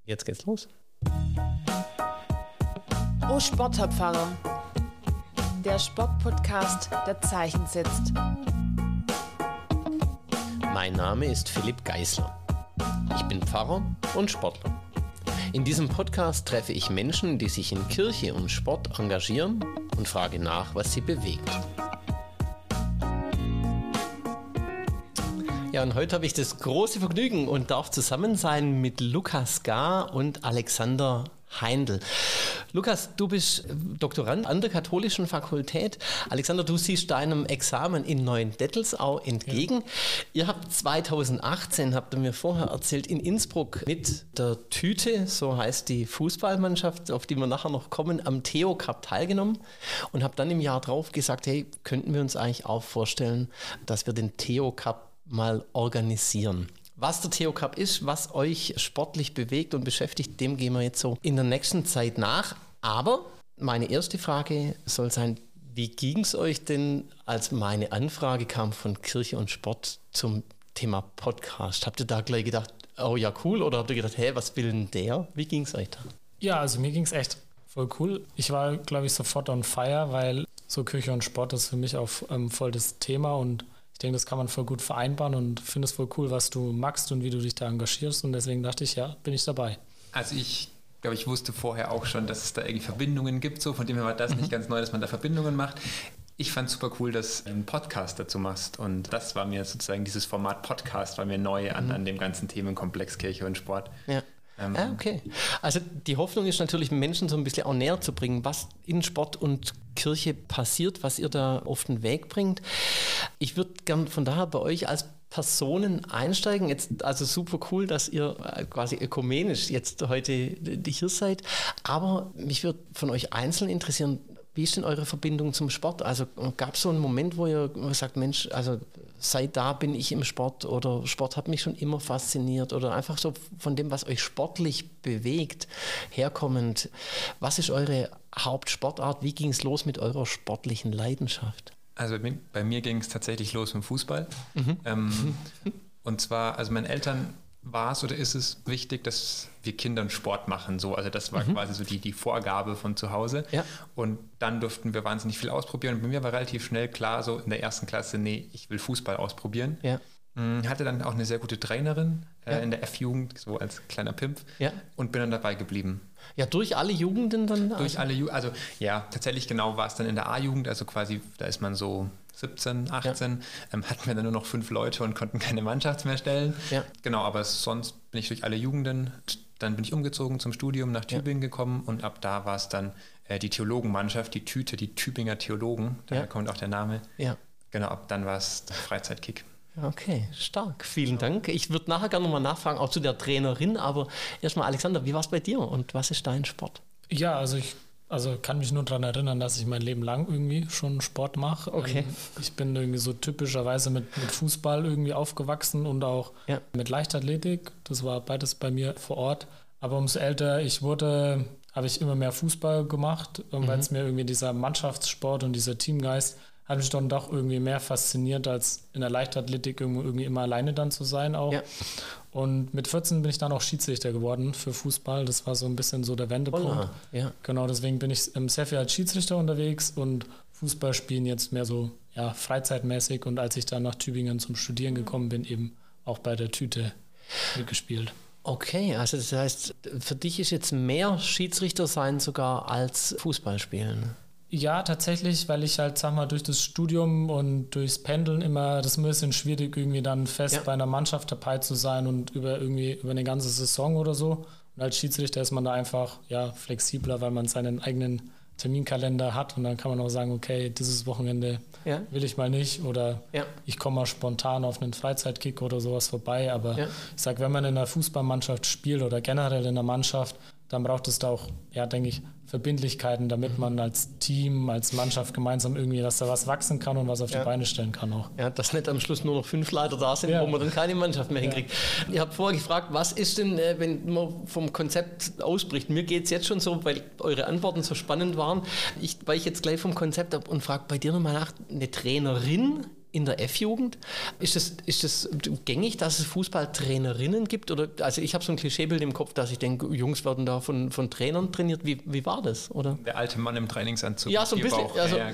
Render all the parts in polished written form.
Jetzt geht's los. Oh Sportpfarrer, der Sportpodcast, der Zeichen setzt. Mein Name ist Philipp Geisler. Ich bin Pfarrer und Sportler. In diesem Podcast treffe ich Menschen, die sich in Kirche und Sport engagieren und frage nach, was sie bewegt. Ja, und heute habe ich das große Vergnügen und darf zusammen sein mit Lukas Gahr und Alexander Heindl. Lukas, du bist Doktorand an der Katholischen Fakultät. Alexander, du siehst deinem Examen in Neuendettelsau entgegen. Ja. Ihr habt 2018, habt ihr mir vorher erzählt, in Innsbruck mit der Tüte, so heißt die Fußballmannschaft, auf die wir nachher noch kommen, am Theo Cup teilgenommen und habt dann im Jahr drauf gesagt, hey, könnten wir uns eigentlich auch vorstellen, dass wir den Theo Cup mal organisieren. Was der Theo Cup ist, was euch sportlich bewegt und beschäftigt, dem gehen wir jetzt so in der nächsten Zeit nach. Aber meine erste Frage soll sein, wie ging es euch denn, als meine Anfrage kam von Kirche und Sport zum Thema Podcast? Habt ihr da gleich gedacht, oh ja, cool? Oder habt ihr gedacht, hey, was will denn der? Wie ging es euch da? Ja, also mir ging es echt voll cool. Ich war, glaube ich, sofort on fire, weil so Kirche und Sport ist für mich auch voll das Thema und ich denke, das kann man voll gut vereinbaren und finde es voll cool, was du magst und wie du dich da engagierst und deswegen dachte ich, ja, bin ich dabei. Also ich glaube, ich wusste vorher auch schon, dass es da irgendwie Verbindungen gibt, so von dem her war das nicht ganz neu, dass man da Verbindungen macht. Ich fand es super cool, dass du einen Podcast dazu machst und das war mir sozusagen, dieses Format Podcast war mir neu an dem ganzen Themenkomplex Kirche und Sport. Ja. Okay. Also die Hoffnung ist natürlich, Menschen so ein bisschen auch näher zu bringen, was in Sport und Kirche passiert, was ihr da auf den Weg bringt. Ich würde gern von daher bei euch als Personen einsteigen. Jetzt, also super cool, dass ihr quasi ökumenisch jetzt heute hier seid. Aber mich würde von euch einzeln interessieren, wie ist denn eure Verbindung zum Sport? Also gab es so einen Moment, wo ihr sagt, Mensch, also seit da bin ich im Sport oder Sport hat mich schon immer fasziniert oder einfach so von dem, was euch sportlich bewegt, herkommend. Was ist eure Hauptsportart? Wie ging es los mit eurer sportlichen Leidenschaft? Also bei mir ging es tatsächlich los mit dem Fußball. Und zwar, also meinen Eltern war es oder ist es wichtig, dass wir Kindern Sport machen. So. Also das war quasi so die Vorgabe von zu Hause. Ja. Und dann durften wir wahnsinnig viel ausprobieren. Und bei mir war relativ schnell klar, so in der ersten Klasse, nee, ich will Fußball ausprobieren. Ja. Hatte dann auch eine sehr gute Trainerin in der F-Jugend, so als kleiner Pimp, und bin dann dabei geblieben. Ja, durch alle Jugenden dann? Durch alle Jugenden, also ja, tatsächlich genau war es dann in der A-Jugend, also quasi, da ist man so 17, 18, hatten wir dann nur noch 5 Leute und konnten keine Mannschaft mehr stellen. Ja. Genau, aber sonst bin ich durch alle Jugenden, dann bin ich umgezogen zum Studium nach Tübingen gekommen und ab da war es dann die Theologenmannschaft, die Tüte, die Tübinger Theologen, daher kommt auch der Name. Ja. Genau, ab dann war es Freizeitkick. Okay, stark. Vielen Dank. Ich würde nachher gerne nochmal nachfragen, auch zu der Trainerin, aber erstmal Alexander, wie war es bei dir und was ist dein Sport? Ja, also ich kann mich nur daran erinnern, dass ich mein Leben lang irgendwie schon Sport mache. Okay. Ich bin irgendwie so typischerweise mit Fußball irgendwie aufgewachsen und auch mit Leichtathletik. Das war beides bei mir vor Ort. Aber umso älter ich wurde, habe ich immer mehr Fußball gemacht, weil es mir irgendwie dieser Mannschaftssport und dieser Teamgeist hat mich dann doch irgendwie mehr fasziniert, als in der Leichtathletik irgendwie immer alleine dann zu sein auch. Ja. Und mit 14 bin ich dann auch Schiedsrichter geworden für Fußball. Das war so ein bisschen so der Wendepunkt. Ja. Genau, deswegen bin ich sehr viel als Schiedsrichter unterwegs und Fußball spielen jetzt mehr so freizeitmäßig. Und als ich dann nach Tübingen zum Studieren gekommen bin, eben auch bei der Tüte mitgespielt. Okay, also das heißt, für dich ist jetzt mehr Schiedsrichter sein sogar als Fußball spielen? Ja, tatsächlich, weil ich halt, sag mal, durch das Studium und durchs Pendeln immer, das ist ein bisschen schwierig, irgendwie dann fest bei einer Mannschaft dabei zu sein und über eine ganze Saison oder so. Und als Schiedsrichter ist man da einfach flexibler, weil man seinen eigenen Terminkalender hat und dann kann man auch sagen, okay, dieses Wochenende will ich mal nicht oder ich komme mal spontan auf einen Freizeitkick oder sowas vorbei. Aber ich sag, wenn man in einer Fußballmannschaft spielt oder generell in einer Mannschaft, dann braucht es da auch, denke ich, Verbindlichkeiten, damit man als Team, als Mannschaft gemeinsam irgendwie, dass da was wachsen kann und was auf die Beine stellen kann auch. Ja, dass nicht am Schluss nur noch 5 Leiter da sind, wo man dann keine Mannschaft mehr hinkriegt. Ihr habt vorher gefragt, was ist denn, wenn man vom Konzept ausbricht? Mir geht es jetzt schon so, weil eure Antworten so spannend waren. Ich weiche jetzt gleich vom Konzept ab und frage bei dir nochmal nach, eine Trainerin in der F-Jugend. Ist es gängig, dass es Fußballtrainerinnen gibt? Oder, also ich habe so ein Klischeebild im Kopf, dass ich denke, Jungs werden da von Trainern trainiert. Wie war das? Oder? Der alte Mann im Trainingsanzug. Ja, so ein bisschen.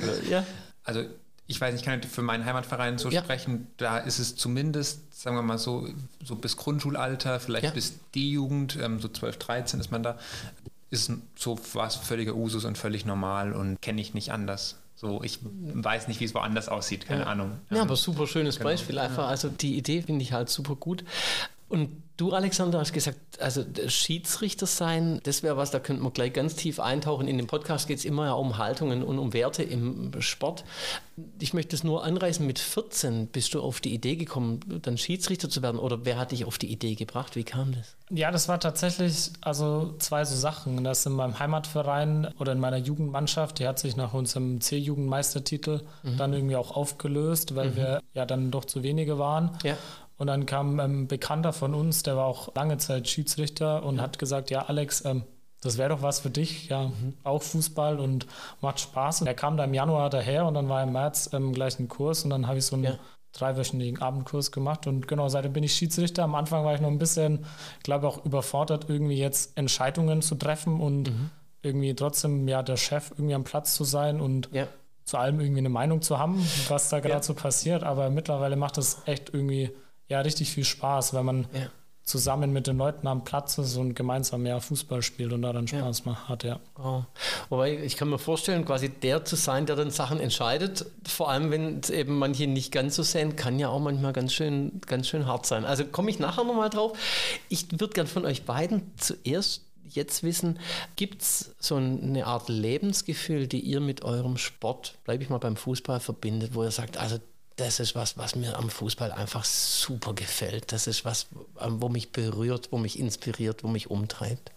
Also ich weiß, ich kann nicht für meinen Heimatverein so sprechen, da ist es zumindest, sagen wir mal so bis Grundschulalter, vielleicht bis D-Jugend, so 12, 13 ist man da, ist so was völliger Usus und völlig normal und kenne ich nicht anders. So, ich weiß nicht, wie es woanders aussieht, keine Ahnung. Ja, aber super schönes Beispiel einfach. Also die Idee finde ich halt super gut. Und du, Alexander, hast gesagt, also Schiedsrichter sein, das wäre was, da könnte man gleich ganz tief eintauchen. In dem Podcast geht es immer ja um Haltungen und um Werte im Sport. Ich möchte es nur anreißen, mit 14 bist du auf die Idee gekommen, dann Schiedsrichter zu werden, oder wer hat dich auf die Idee gebracht? Wie kam das? Ja, das war tatsächlich also zwei so Sachen. Das in meinem Heimatverein oder in meiner Jugendmannschaft, die hat sich nach unserem C-Jugendmeistertitel dann irgendwie auch aufgelöst, weil wir ja dann doch zu wenige waren. Ja. Und dann kam ein Bekannter von uns, der war auch lange Zeit Schiedsrichter und hat gesagt, ja Alex, das wäre doch was für dich, ja, auch Fußball und macht Spaß. Und er kam da im Januar daher und dann war im März gleich ein Kurs und dann habe ich so einen 3-wöchigen Abendkurs gemacht und genau, seitdem bin ich Schiedsrichter. Am Anfang war ich noch ein bisschen, glaube ich, auch überfordert, irgendwie jetzt Entscheidungen zu treffen und irgendwie trotzdem ja der Chef irgendwie am Platz zu sein und zu allem irgendwie eine Meinung zu haben, was da gerade so passiert. Aber mittlerweile macht das echt irgendwie richtig viel Spaß, weil man zusammen mit den Leuten am Platz ist und gemeinsam Fußball spielt und da dann Spaß hat, Oh. Wobei, ich kann mir vorstellen, quasi der zu sein, der dann Sachen entscheidet, vor allem wenn es eben manche nicht ganz so sehen, kann ja auch manchmal ganz schön hart sein. Also komme ich nachher nochmal drauf. Ich würde gerne von euch beiden zuerst jetzt wissen, gibt es so eine Art Lebensgefühl, die ihr mit eurem Sport, bleibe ich mal beim Fußball, verbindet, wo ihr sagt, also das ist was mir am Fußball einfach super gefällt. Das ist was, wo mich berührt, wo mich inspiriert, wo mich umtreibt.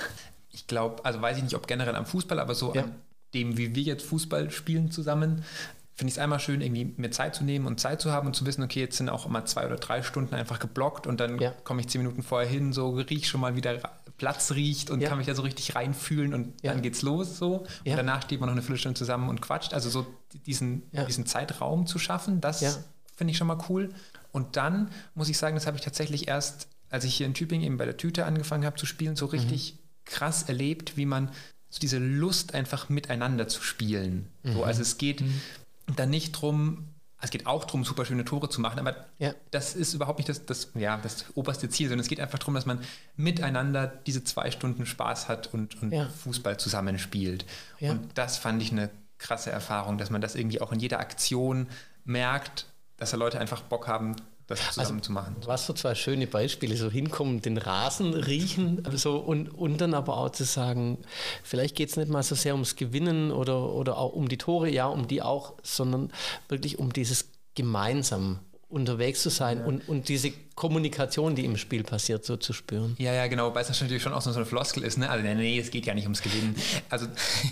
Ich glaube, also weiß ich nicht, ob generell am Fußball, aber so an dem, wie wir jetzt Fußball spielen zusammen, finde ich es einmal schön, irgendwie mir Zeit zu nehmen und Zeit zu haben und zu wissen, okay, jetzt sind auch immer 2 oder 3 Stunden einfach geblockt und dann komme ich 10 Minuten vorher hin, so riech schon mal, wie der Platz riecht und kann mich da so richtig reinfühlen und dann geht's los so. Und danach steht man noch eine Viertelstunde zusammen und quatscht. Also so diesen Zeitraum zu schaffen, das finde ich schon mal cool. Und dann muss ich sagen, das habe ich tatsächlich erst, als ich hier in Tübingen eben bei der Tüte angefangen habe zu spielen, so richtig krass erlebt, wie man so diese Lust einfach miteinander zu spielen. So, also es geht dann nicht drum, es geht auch darum, super schöne Tore zu machen, aber das ist überhaupt nicht das oberste Ziel, sondern es geht einfach darum, dass man miteinander diese 2 Stunden Spaß hat und Fußball zusammenspielt. Ja. Und das fand ich eine krasse Erfahrung, dass man das irgendwie auch in jeder Aktion merkt, dass da Leute einfach Bock haben, das zusammen zu machen. Was für 2 schöne Beispiele, so hinkommen, den Rasen riechen so, und dann aber auch zu sagen, vielleicht geht es nicht mal so sehr ums Gewinnen oder auch um die Tore, um die auch, sondern wirklich um dieses gemeinsam unterwegs zu sein und diese Kommunikation, die im Spiel passiert, so zu spüren. Ja, genau, weil es natürlich schon auch so eine Floskel ist, ne? Also nee, es geht ja nicht ums Gewinnen. Also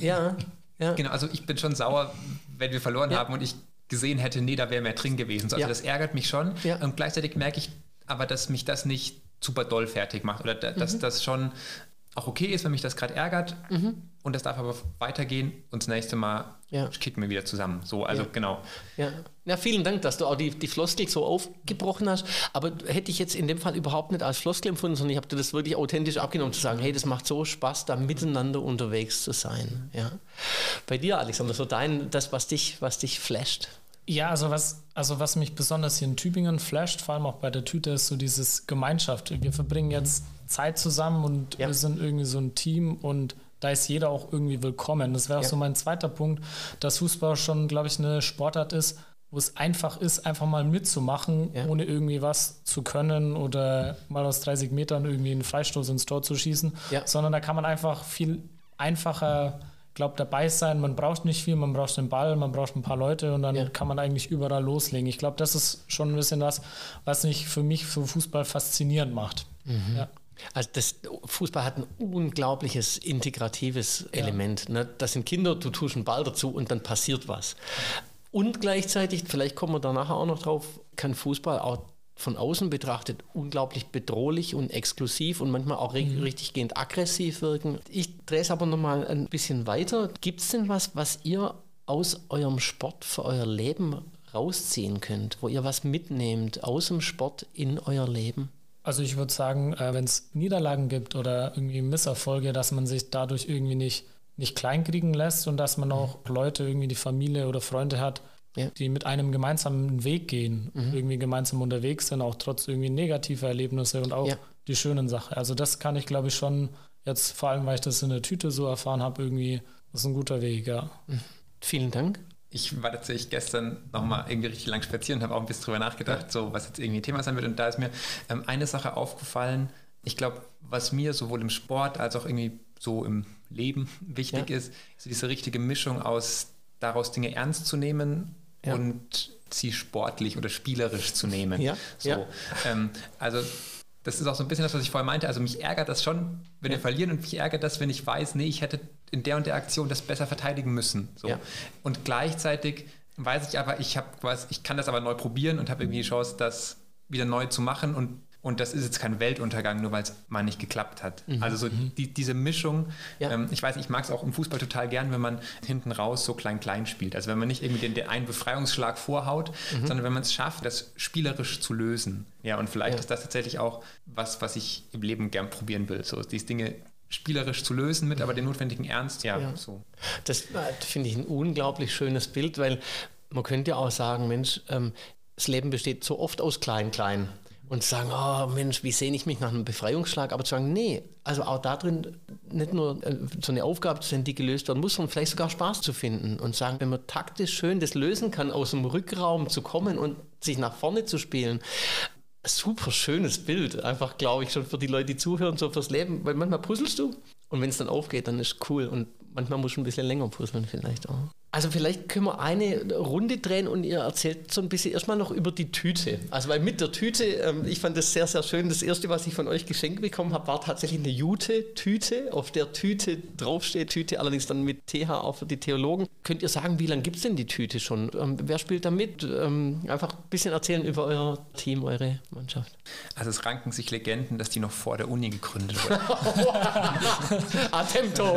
genau, also ich bin schon sauer, wenn wir verloren haben und ich gesehen hätte, nee, da wäre mehr drin gewesen. Also das ärgert mich schon. Ja. Und gleichzeitig merke ich aber, dass mich das nicht super doll fertig macht oder dass das schon auch okay ist, wenn mich das gerade ärgert. Und das darf aber weitergehen und das nächste Mal kicken wir wieder zusammen. So, also genau. Ja, vielen Dank, dass du auch die Floskel so aufgebrochen hast. Aber hätte ich jetzt in dem Fall überhaupt nicht als Floskel empfunden, sondern ich habe dir das wirklich authentisch abgenommen, zu sagen, hey, das macht so Spaß, da miteinander unterwegs zu sein. Ja. Bei dir, Alexander, so das, was dich flasht. Ja, also was mich besonders hier in Tübingen flasht, vor allem auch bei der Tüte, ist so dieses Gemeinschaft. Wir verbringen jetzt Zeit zusammen und wir sind irgendwie so ein Team und da ist jeder auch irgendwie willkommen. Das wäre auch so mein zweiter Punkt, dass Fußball schon, glaube ich, eine Sportart ist, wo es einfach ist, einfach mal mitzumachen, ohne irgendwie was zu können oder mal aus 30 Metern irgendwie einen Freistoß ins Tor zu schießen, sondern da kann man einfach viel einfacher dabei sein. Man braucht nicht viel, man braucht den Ball, man braucht ein paar Leute und dann kann man eigentlich überall loslegen. Ich glaube, das ist schon ein bisschen was mich für mich für Fußball faszinierend macht. Ja. Also Fußball hat ein unglaubliches integratives Element. Ne? Das sind Kinder, du tust einen Ball dazu und dann passiert was. Und gleichzeitig, vielleicht kommen wir da nachher auch noch drauf, kann Fußball auch von außen betrachtet unglaublich bedrohlich und exklusiv und manchmal auch richtiggehend aggressiv wirken. Ich drehe es aber nochmal ein bisschen weiter. Gibt es denn was ihr aus eurem Sport für euer Leben rausziehen könnt, wo ihr was mitnehmt aus dem Sport in euer Leben? Also ich würde sagen, wenn es Niederlagen gibt oder irgendwie Misserfolge, dass man sich dadurch irgendwie nicht kleinkriegen lässt und dass man auch Leute, irgendwie die Familie oder Freunde hat, die mit einem gemeinsamen Weg gehen, irgendwie gemeinsam unterwegs sind, auch trotz irgendwie negativer Erlebnisse und auch die schönen Sachen. Also das kann ich, glaube ich, schon jetzt, vor allem, weil ich das in der Tüte so erfahren habe, irgendwie, das ist ein guter Weg, ja. Vielen Dank. Ich war tatsächlich gestern nochmal irgendwie richtig lang spazieren und habe auch ein bisschen drüber nachgedacht, so was jetzt irgendwie Thema sein wird. Und da ist mir eine Sache aufgefallen. Ich glaube, was mir sowohl im Sport als auch irgendwie so im Leben wichtig ist diese richtige Mischung aus daraus Dinge ernst zu nehmen und sie sportlich oder spielerisch zu nehmen. Also das ist auch so ein bisschen das, was ich vorher meinte. Also mich ärgert das schon, wenn wir verlieren, und mich ärgert das, wenn ich weiß, nee, ich hätte in der und der Aktion das besser verteidigen müssen. So. Ja. Und gleichzeitig weiß ich aber, ich kann das aber neu probieren und habe irgendwie die Chance, das wieder neu zu machen, und das ist jetzt kein Weltuntergang, nur weil es mal nicht geklappt hat. Also so diese Mischung, ich weiß nicht, ich mag es auch im Fußball total gern, wenn man hinten raus so klein-klein spielt. Also wenn man nicht irgendwie den einen Befreiungsschlag vorhaut, sondern wenn man es schafft, das spielerisch zu lösen. Ja, und vielleicht ist das tatsächlich auch was ich im Leben gern probieren will. So diese Dinge spielerisch zu lösen mit aber dem notwendigen Ernst. So. Das finde ich ein unglaublich schönes Bild, weil man könnte ja auch sagen, Mensch, das Leben besteht so oft aus klein-klein. Und sagen, oh Mensch, wie sehne ich mich nach einem Befreiungsschlag? Aber zu sagen, nee, also auch da drin nicht nur so eine Aufgabe zu sein, die gelöst werden muss, sondern vielleicht sogar Spaß zu finden und sagen, wenn man taktisch schön das lösen kann, aus dem Rückraum zu kommen und sich nach vorne zu spielen. Super schönes Bild, einfach, glaube ich, schon für die Leute, die zuhören, so fürs Leben, weil manchmal puzzelst du und wenn es dann aufgeht, dann ist cool, und manchmal musst du ein bisschen länger puzzeln vielleicht auch. Also vielleicht können wir eine Runde drehen und ihr erzählt so ein bisschen erstmal noch über die Tüte. Also weil mit der Tüte, ich fand das sehr, sehr schön. Das erste, was ich von euch geschenkt bekommen habe, war tatsächlich eine Jute-Tüte. Auf der Tüte draufsteht, Tüte allerdings dann mit TH auch für die Theologen. Könnt ihr sagen, wie lange gibt es denn die Tüte schon? Wer spielt da mit? Einfach ein bisschen erzählen über euer Team, eure Mannschaft. Also es ranken sich Legenden, dass die noch vor der Uni gegründet wurde. Attempto!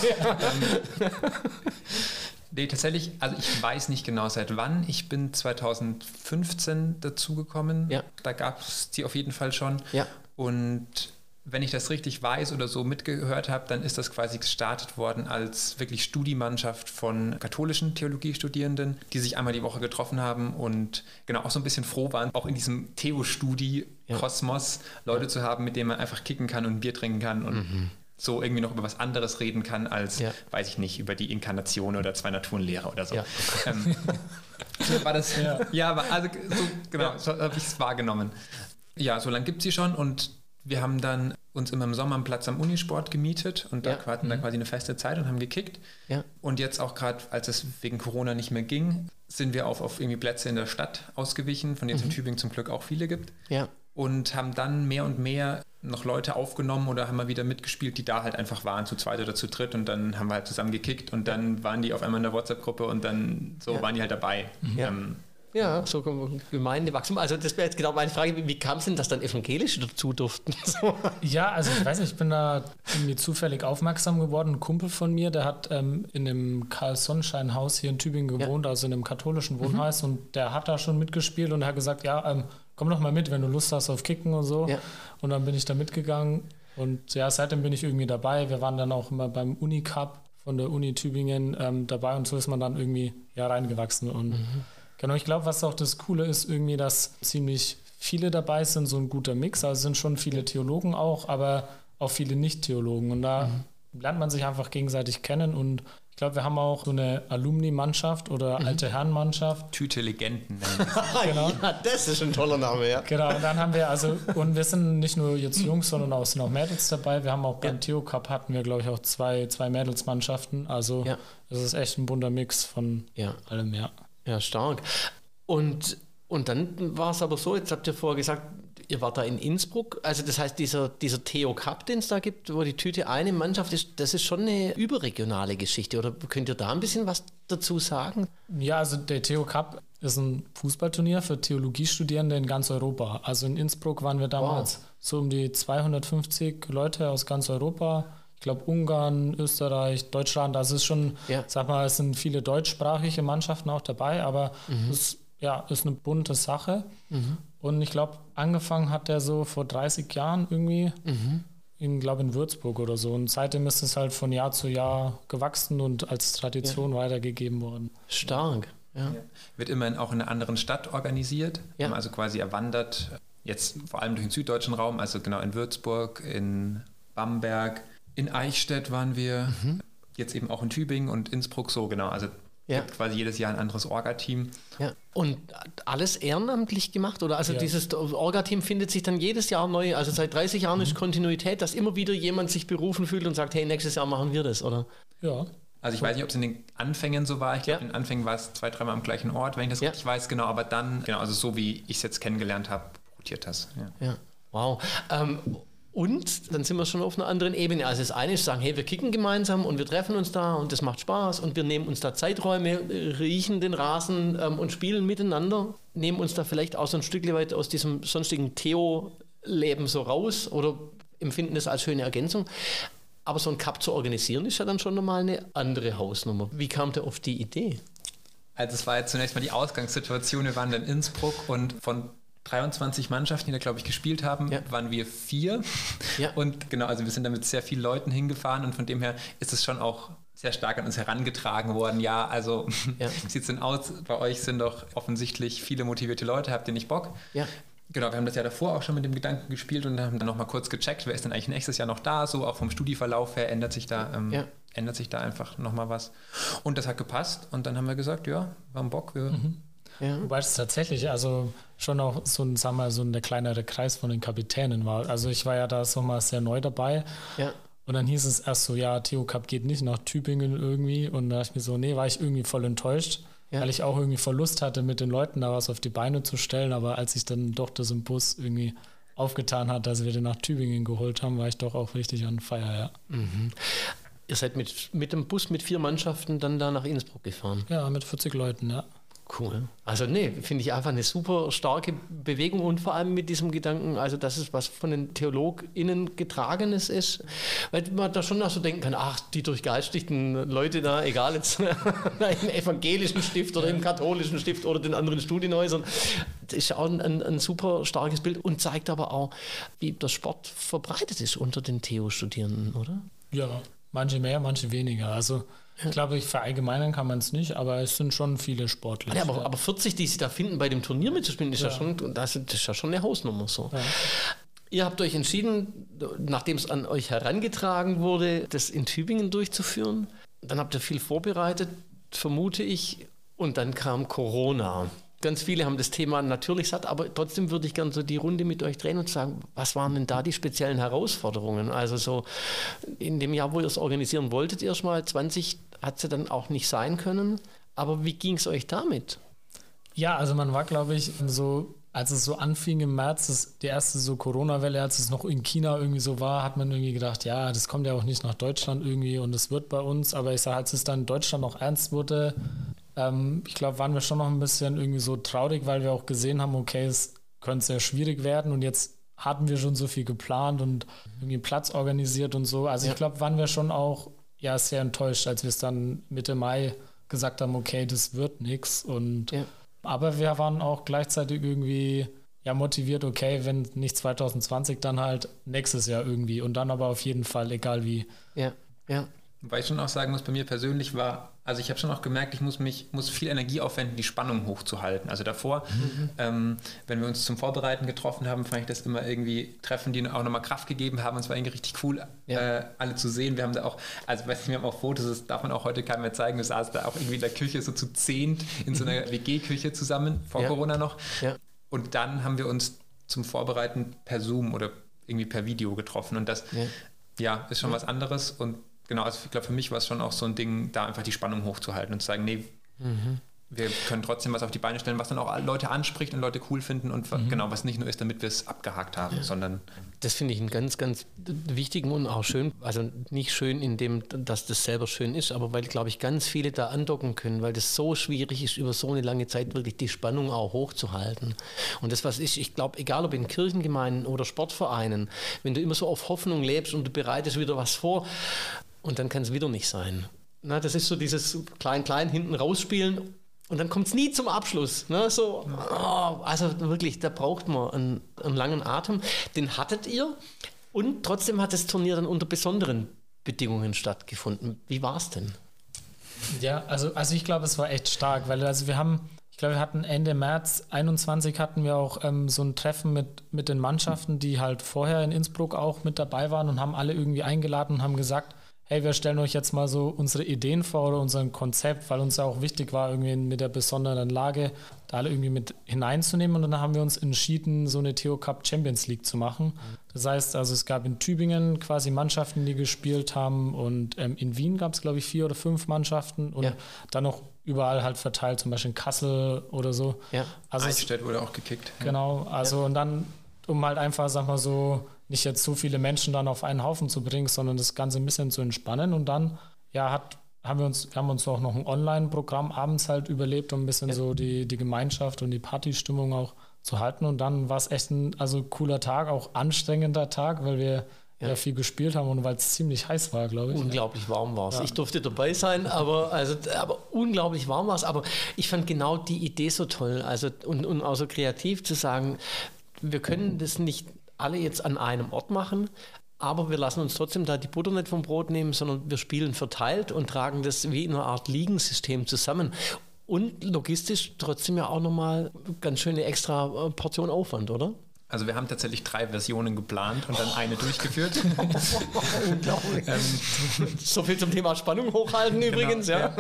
Nee, tatsächlich, also ich weiß nicht genau seit wann. Ich bin 2015 dazugekommen. Ja. Da gab es die auf jeden Fall schon. Ja. Und wenn ich das richtig weiß oder so mitgehört habe, dann ist das quasi gestartet worden als wirklich Studiemannschaft von katholischen Theologiestudierenden, die sich einmal die Woche getroffen haben und genau auch so ein bisschen froh waren, auch in diesem Theo-Studi-Kosmos Leute zu haben, mit denen man einfach kicken kann und ein Bier trinken kann und so irgendwie noch über was anderes reden kann als, weiß ich nicht, über die Inkarnation oder zwei Naturenlehrer oder so. Ja. War das, aber also so, genau, so habe ich es wahrgenommen. Ja, so lange gibt es sie schon, und wir haben dann uns immer im Sommer einen Platz am Unisport gemietet und da hatten dann quasi eine feste Zeit und haben gekickt. Ja. Und jetzt auch gerade, als es wegen Corona nicht mehr ging, sind wir auf irgendwie Plätze in der Stadt ausgewichen, von denen es in Tübingen zum Glück auch viele gibt. Ja. Und haben dann mehr und mehr noch Leute aufgenommen oder haben mal wieder mitgespielt, die da halt einfach waren, zu zweit oder zu dritt, und dann haben wir halt zusammen gekickt und dann waren die auf einmal in der WhatsApp-Gruppe und dann so waren die halt dabei. Ja, so Gemeindewachstum. Also das wäre jetzt genau meine Frage, wie kam es denn, dass dann Evangelische dazu durften? Ja, also ich weiß nicht, ich bin da irgendwie zufällig aufmerksam geworden. Ein Kumpel von mir, der hat in dem Karl-Sonnenschein-Haus hier in Tübingen gewohnt, also in einem katholischen Wohnhaus, und der hat da schon mitgespielt und er hat gesagt, komm doch mal mit, wenn du Lust hast auf Kicken und so. Ja. Und dann bin ich da mitgegangen und seitdem bin ich irgendwie dabei. Wir waren dann auch immer beim Unicup von der Uni Tübingen dabei, und so ist man dann irgendwie reingewachsen. Und genau, ich glaube, was auch das Coole ist, irgendwie, dass ziemlich viele dabei sind, so ein guter Mix. Also es sind schon viele Theologen auch, aber auch viele Nicht-Theologen. Und da lernt man sich einfach gegenseitig kennen, und ich glaube, wir haben auch so eine Alumni-Mannschaft oder alte Herren-Mannschaft. Tüte Legenden. Genau. Ja, das ist ein toller Name, ja. Genau, und dann haben wir und wir sind nicht nur jetzt Jungs, sondern auch sind auch Mädels dabei. Wir haben auch beim Theo Cup hatten wir, glaube ich, auch zwei Mädelsmannschaften. Also es ist echt ein bunter Mix von allem, Ja, stark. Und dann war es aber so, jetzt habt ihr vorher gesagt, ihr wart da in Innsbruck, also das heißt, dieser Theo Cup, den es da gibt, wo die Tüte eine Mannschaft ist, das ist schon eine überregionale Geschichte, oder könnt ihr da ein bisschen was dazu sagen? Ja, also der Theo Cup ist ein Fußballturnier für Theologiestudierende in ganz Europa. Also in Innsbruck waren wir damals so um die 250 Leute aus ganz Europa. Ich glaube, Ungarn, Österreich, Deutschland, das ist schon, sag mal, es sind viele deutschsprachige Mannschaften auch dabei, aber es ist eine bunte Sache. Und ich glaube, angefangen hat der so vor 30 Jahren irgendwie, in Würzburg oder so. Und seitdem ist es halt von Jahr zu Jahr gewachsen und als Tradition weitergegeben worden. Stark. Ja. Wird immerhin auch in einer anderen Stadt organisiert, also quasi erwandert, jetzt vor allem durch den süddeutschen Raum, also genau in Würzburg, in Bamberg, in Eichstätt waren wir, jetzt eben auch in Tübingen und Innsbruck, so genau, also quasi jedes Jahr ein anderes Orga-Team. Ja. Und alles ehrenamtlich gemacht? Oder also dieses Orga-Team findet sich dann jedes Jahr neu, also seit 30 Jahren ist Kontinuität, dass immer wieder jemand sich berufen fühlt und sagt, hey, nächstes Jahr machen wir das, oder? Ja. Also ich weiß nicht, ob es in den Anfängen so war. Ich glaube, in den Anfängen war es 2-3 Mal am gleichen Ort, wenn ich das richtig weiß, genau. Aber dann, also so wie ich es jetzt kennengelernt habe, rotiert das. Ja, wow. Und dann sind wir schon auf einer anderen Ebene. Also das eine ist sagen, hey, wir kicken gemeinsam und wir treffen uns da und das macht Spaß und wir nehmen uns da Zeiträume, riechen den Rasen und spielen miteinander, nehmen uns da vielleicht auch so ein Stück weit aus diesem sonstigen Theo-Leben so raus oder empfinden es als schöne Ergänzung. Aber so ein Cup zu organisieren, ist ja dann schon nochmal eine andere Hausnummer. Wie kam der auf die Idee? Also es war jetzt zunächst mal die Ausgangssituation. Wir waren in Innsbruck und von 23 Mannschaften, die da, glaube ich, gespielt haben, waren wir 4. Ja. Und genau, also wir sind da mit sehr vielen Leuten hingefahren und von dem her ist es schon auch sehr stark an uns herangetragen worden. Ja, also wie sieht es denn aus? Bei euch sind doch offensichtlich viele motivierte Leute. Habt ihr nicht Bock? Ja. Genau, wir haben das Jahr davor auch schon mit dem Gedanken gespielt und haben dann nochmal kurz gecheckt, wer ist denn eigentlich nächstes Jahr noch da, so auch vom Studieverlauf her ändert sich da einfach nochmal was. Und das hat gepasst und dann haben wir gesagt, wir haben Bock. Wobei es tatsächlich also schon auch so ein der kleinere Kreis von den Kapitänen war. Also ich war ja da so mal sehr neu dabei. Ja. Und dann hieß es erst so, Theo Cup geht nicht nach Tübingen irgendwie und da dachte ich mir so, war ich irgendwie voll enttäuscht. Ja. Weil ich auch irgendwie Verlust hatte, mit den Leuten da was auf die Beine zu stellen. Aber als ich dann doch das im Bus irgendwie aufgetan hat, dass wir den nach Tübingen geholt haben, war ich doch auch richtig on fire, ja. Mhm. Ihr seid mit dem Bus mit 4 Mannschaften dann da nach Innsbruck gefahren? Ja, mit 40 Leuten, ja. Cool. Also finde ich einfach eine super starke Bewegung und vor allem mit diesem Gedanken, also dass es was von den TheologInnen Getragenes ist, weil man da schon auch so denken kann, ach, die durchgeistigten Leute da, egal jetzt im evangelischen Stift oder im katholischen Stift oder den anderen Studienhäusern, das ist auch ein super starkes Bild und zeigt aber auch, wie der Sport verbreitet ist unter den Theo-Studierenden, oder? Ja, manche mehr, manche weniger. Also ich glaube, verallgemeinern kann man es nicht, aber es sind schon viele Sportler. Ja, aber 40, die sich da finden, bei dem Turnier mitzuspielen, ist das ist ja schon eine Hausnummer so. Ja. Ihr habt euch entschieden, nachdem es an euch herangetragen wurde, das in Tübingen durchzuführen. Dann habt ihr viel vorbereitet, vermute ich, und dann kam Corona. Ganz viele haben das Thema natürlich satt, aber trotzdem würde ich gerne so die Runde mit euch drehen und sagen, was waren denn da die speziellen Herausforderungen? Also so in dem Jahr, wo ihr es organisieren wolltet, erstmal 20 hat es ja dann auch nicht sein können. Aber wie ging es euch damit? Ja, also man war, glaube ich, so, als es so anfing im März, die erste so Corona-Welle, als es noch in China irgendwie so war, hat man irgendwie gedacht, ja, das kommt ja auch nicht nach Deutschland irgendwie und es wird bei uns. Aber ich sage, als es dann in Deutschland noch ernst wurde, ich glaube, waren wir schon noch ein bisschen irgendwie so traurig, weil wir auch gesehen haben, okay, es könnte sehr schwierig werden und jetzt hatten wir schon so viel geplant und irgendwie Platz organisiert und so. Also ich glaube, waren wir schon auch sehr enttäuscht, als wir es dann Mitte Mai gesagt haben, okay, das wird nichts. Aber wir waren auch gleichzeitig irgendwie motiviert, okay, wenn nicht 2020, dann halt nächstes Jahr irgendwie und dann aber auf jeden Fall, egal wie. Ja. Wobei ich schon auch sagen muss, bei mir persönlich war, also ich habe schon auch gemerkt, ich muss viel Energie aufwenden, die Spannung hochzuhalten. Also davor, wenn wir uns zum Vorbereiten getroffen haben, fand ich das immer irgendwie Treffen, die auch nochmal Kraft gegeben haben. Und es war irgendwie richtig cool, alle zu sehen. Wir haben da auch, also weißt du, wir haben auch Fotos, das darf man auch heute keinem mehr zeigen. Wir saßen da auch irgendwie in der Küche so zu 10 in so einer WG-Küche zusammen, vor Corona noch. Ja. Und dann haben wir uns zum Vorbereiten per Zoom oder irgendwie per Video getroffen. Und das ist schon was anderes. Und genau, also ich glaube, für mich war es schon auch so ein Ding, da einfach die Spannung hochzuhalten und zu sagen, wir können trotzdem was auf die Beine stellen, was dann auch Leute anspricht und Leute cool finden und genau, was nicht nur ist, damit wir es abgehakt haben, sondern... Das finde ich einen ganz, ganz wichtigen und auch schön, also nicht schön in dem, dass das selber schön ist, aber weil, glaube ich, ganz viele da andocken können, weil das so schwierig ist, über so eine lange Zeit wirklich die Spannung auch hochzuhalten. Und das, was ich glaube, egal ob in Kirchengemeinden oder Sportvereinen, wenn du immer so auf Hoffnung lebst und du bereitest wieder was vor und dann kann es wieder nicht sein. Na, das ist so dieses Klein-Klein hinten rausspielen Und dann kommt es nie zum Abschluss. Ne? So, also wirklich, da braucht man einen langen Atem. Den hattet ihr. Und trotzdem hat das Turnier dann unter besonderen Bedingungen stattgefunden. Wie war es denn? Ja, also ich glaube, es war echt stark, weil wir hatten Ende März 21 hatten wir auch so ein Treffen mit den Mannschaften, die halt vorher in Innsbruck auch mit dabei waren und haben alle irgendwie eingeladen und haben gesagt, hey, wir stellen euch jetzt mal so unsere Ideen vor oder unser Konzept, weil uns ja auch wichtig war, irgendwie mit der besonderen Lage da alle irgendwie mit hineinzunehmen. Und dann haben wir uns entschieden, so eine Theo Cup Champions League zu machen. Das heißt, also es gab in Tübingen quasi Mannschaften, die gespielt haben und in Wien gab es, glaube ich, 4 oder 5 Mannschaften und dann noch überall halt verteilt, zum Beispiel in Kassel oder so. Ja. Also Eichstätt wurde auch gekickt. Genau, also und dann, um halt einfach, sag mal so, nicht jetzt so viele Menschen dann auf einen Haufen zu bringen, sondern das Ganze ein bisschen zu entspannen. Und dann haben wir uns auch noch ein Online-Programm abends halt überlebt, um ein bisschen so die Gemeinschaft und die Partysstimmung auch zu halten. Und dann war es echt ein cooler Tag, auch anstrengender Tag, weil wir viel gespielt haben und weil es ziemlich heiß war, glaube ich. Unglaublich warm war es. Ja. Ich durfte dabei sein, aber unglaublich warm war es. Aber ich fand genau die Idee so toll, also und auch so kreativ zu sagen, wir können das nicht alle jetzt an einem Ort machen, aber wir lassen uns trotzdem da die Butter nicht vom Brot nehmen, sondern wir spielen verteilt und tragen das wie in einer Art Ligensystem zusammen. Und logistisch trotzdem ja auch nochmal ganz schöne extra Portion Aufwand, oder? Also wir haben tatsächlich 3 Versionen geplant und dann eine durchgeführt. Unglaublich. So viel zum Thema Spannung hochhalten übrigens. Ja.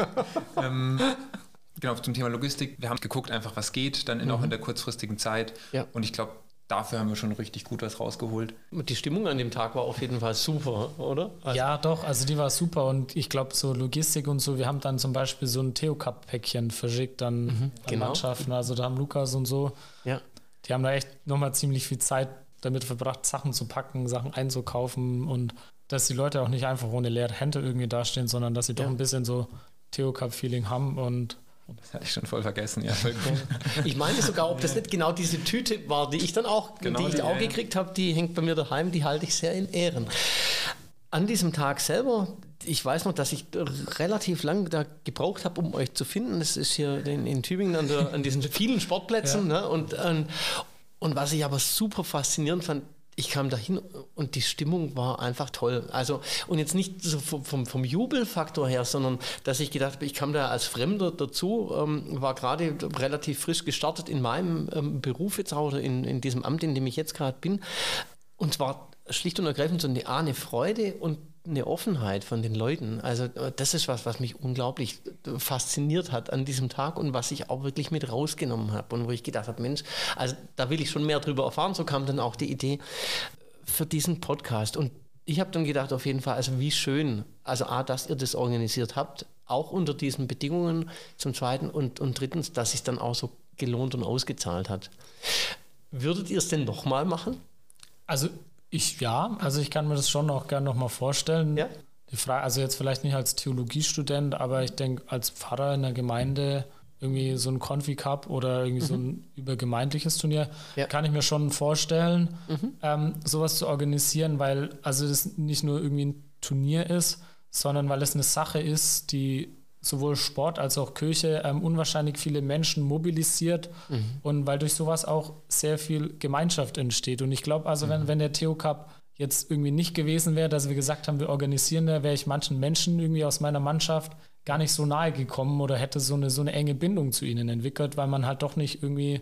Genau, zum Thema Logistik. Wir haben geguckt einfach, was geht, dann auch in der kurzfristigen Zeit. Ja. Und ich glaube, dafür haben wir schon richtig gut was rausgeholt. Die Stimmung an dem Tag war auf jeden Fall super, oder? Ja, doch, also die war super und ich glaube, so Logistik und so, wir haben dann zum Beispiel so ein Theo-Cup-Päckchen verschickt an Mannschaften, also da haben Lukas und so, die haben da echt nochmal ziemlich viel Zeit damit verbracht, Sachen zu packen, Sachen einzukaufen und dass die Leute auch nicht einfach ohne leere Hände irgendwie dastehen, sondern dass sie doch ein bisschen so Theo-Cup-Feeling haben und das hatte ich schon voll vergessen, ja. Ich meine sogar, ob das nicht genau diese Tüte war, die ich dann auch, gekriegt habe, die hängt bei mir daheim, die halte ich sehr in Ehren. An diesem Tag selber, ich weiß noch, dass ich relativ lang da gebraucht habe, um euch zu finden. Das ist hier in Tübingen an diesen vielen Sportplätzen. Ne? Und was ich aber super faszinierend fand, ich kam dahin und die Stimmung war einfach toll. Also, und jetzt nicht so vom Jubelfaktor her, sondern dass ich gedacht habe, ich kam da als Fremder dazu, war gerade relativ frisch gestartet in meinem Beruf jetzt auch, oder in diesem Amt, in dem ich jetzt gerade bin. Und zwar schlicht und ergreifend so eine Freude und eine Offenheit von den Leuten. Also das ist was mich unglaublich fasziniert hat an diesem Tag und was ich auch wirklich mit rausgenommen habe und wo ich gedacht habe, Mensch, also da will ich schon mehr drüber erfahren. So kam dann auch die Idee für diesen Podcast. Und ich habe dann gedacht, auf jeden Fall, also wie schön, also dass ihr das organisiert habt, auch unter diesen Bedingungen, zum Zweiten und drittens, dass sich dann auch so gelohnt und ausgezahlt hat. Würdet ihr es denn nochmal machen? Also ich kann mir das schon auch gerne nochmal vorstellen. Ja? Die Frage, also jetzt vielleicht nicht als Theologiestudent, aber ich denke, als Pfarrer in der Gemeinde irgendwie so ein Konfi-Cup oder irgendwie so ein übergemeindliches Turnier, kann ich mir schon vorstellen, sowas zu organisieren, weil also das nicht nur irgendwie ein Turnier ist, sondern weil es eine Sache ist, die sowohl Sport als auch Kirche unwahrscheinlich viele Menschen mobilisiert und weil durch sowas auch sehr viel Gemeinschaft entsteht. Und ich glaube, also wenn der Theo Cup jetzt irgendwie nicht gewesen wäre, dass wir gesagt haben, wir organisieren da, wäre ich manchen Menschen irgendwie aus meiner Mannschaft gar nicht so nahe gekommen oder hätte so eine enge Bindung zu ihnen entwickelt, weil man halt doch nicht irgendwie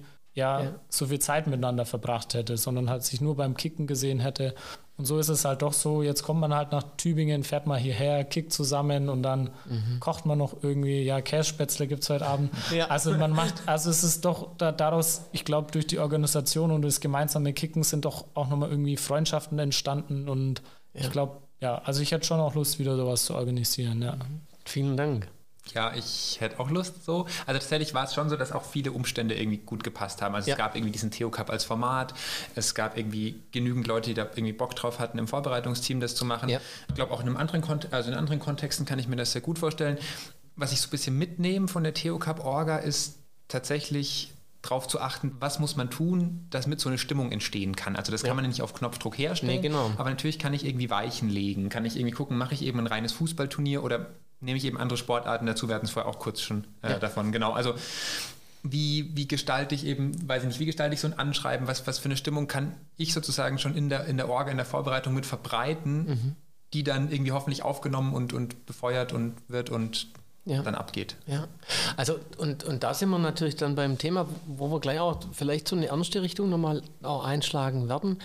so viel Zeit miteinander verbracht hätte, sondern halt sich nur beim Kicken gesehen hätte. Und so ist es halt doch so, jetzt kommt man halt nach Tübingen, fährt mal hierher, kickt zusammen und dann kocht man noch irgendwie, Kässpätzle gibt es heute Abend. Ja. Also es ist doch daraus, ich glaube, durch die Organisation und das gemeinsame Kicken sind doch auch nochmal irgendwie Freundschaften entstanden und ich glaube, also ich hätte schon auch Lust, wieder sowas zu organisieren. Ja. Vielen Dank. Ja, ich hätte auch Lust so. Also tatsächlich war es schon so, dass auch viele Umstände irgendwie gut gepasst haben. Also es gab irgendwie diesen Theo Cup als Format. Es gab irgendwie genügend Leute, die da irgendwie Bock drauf hatten, im Vorbereitungsteam das zu machen. Ja. Ich glaube auch in anderen Kontexten kann ich mir das sehr gut vorstellen. Was ich so ein bisschen mitnehme von der Theo Cup Orga ist tatsächlich darauf zu achten, was muss man tun, damit so eine Stimmung entstehen kann. Also das kann man nicht auf Knopfdruck herstellen, aber natürlich kann ich irgendwie Weichen legen, kann ich irgendwie gucken, mache ich eben ein reines Fußballturnier oder nehme ich eben andere Sportarten dazu. Wir hatten es vorher auch kurz schon davon. Genau, also wie gestalte ich eben, weiß ich nicht, wie gestalte ich so ein Anschreiben, was für eine Stimmung kann ich sozusagen schon in der Orga, in der Vorbereitung mit verbreiten, die dann irgendwie hoffentlich aufgenommen und befeuert und wird und dann abgeht. Ja, also und da sind wir natürlich dann beim Thema, wo wir gleich auch vielleicht so eine ernste Richtung nochmal auch einschlagen werden,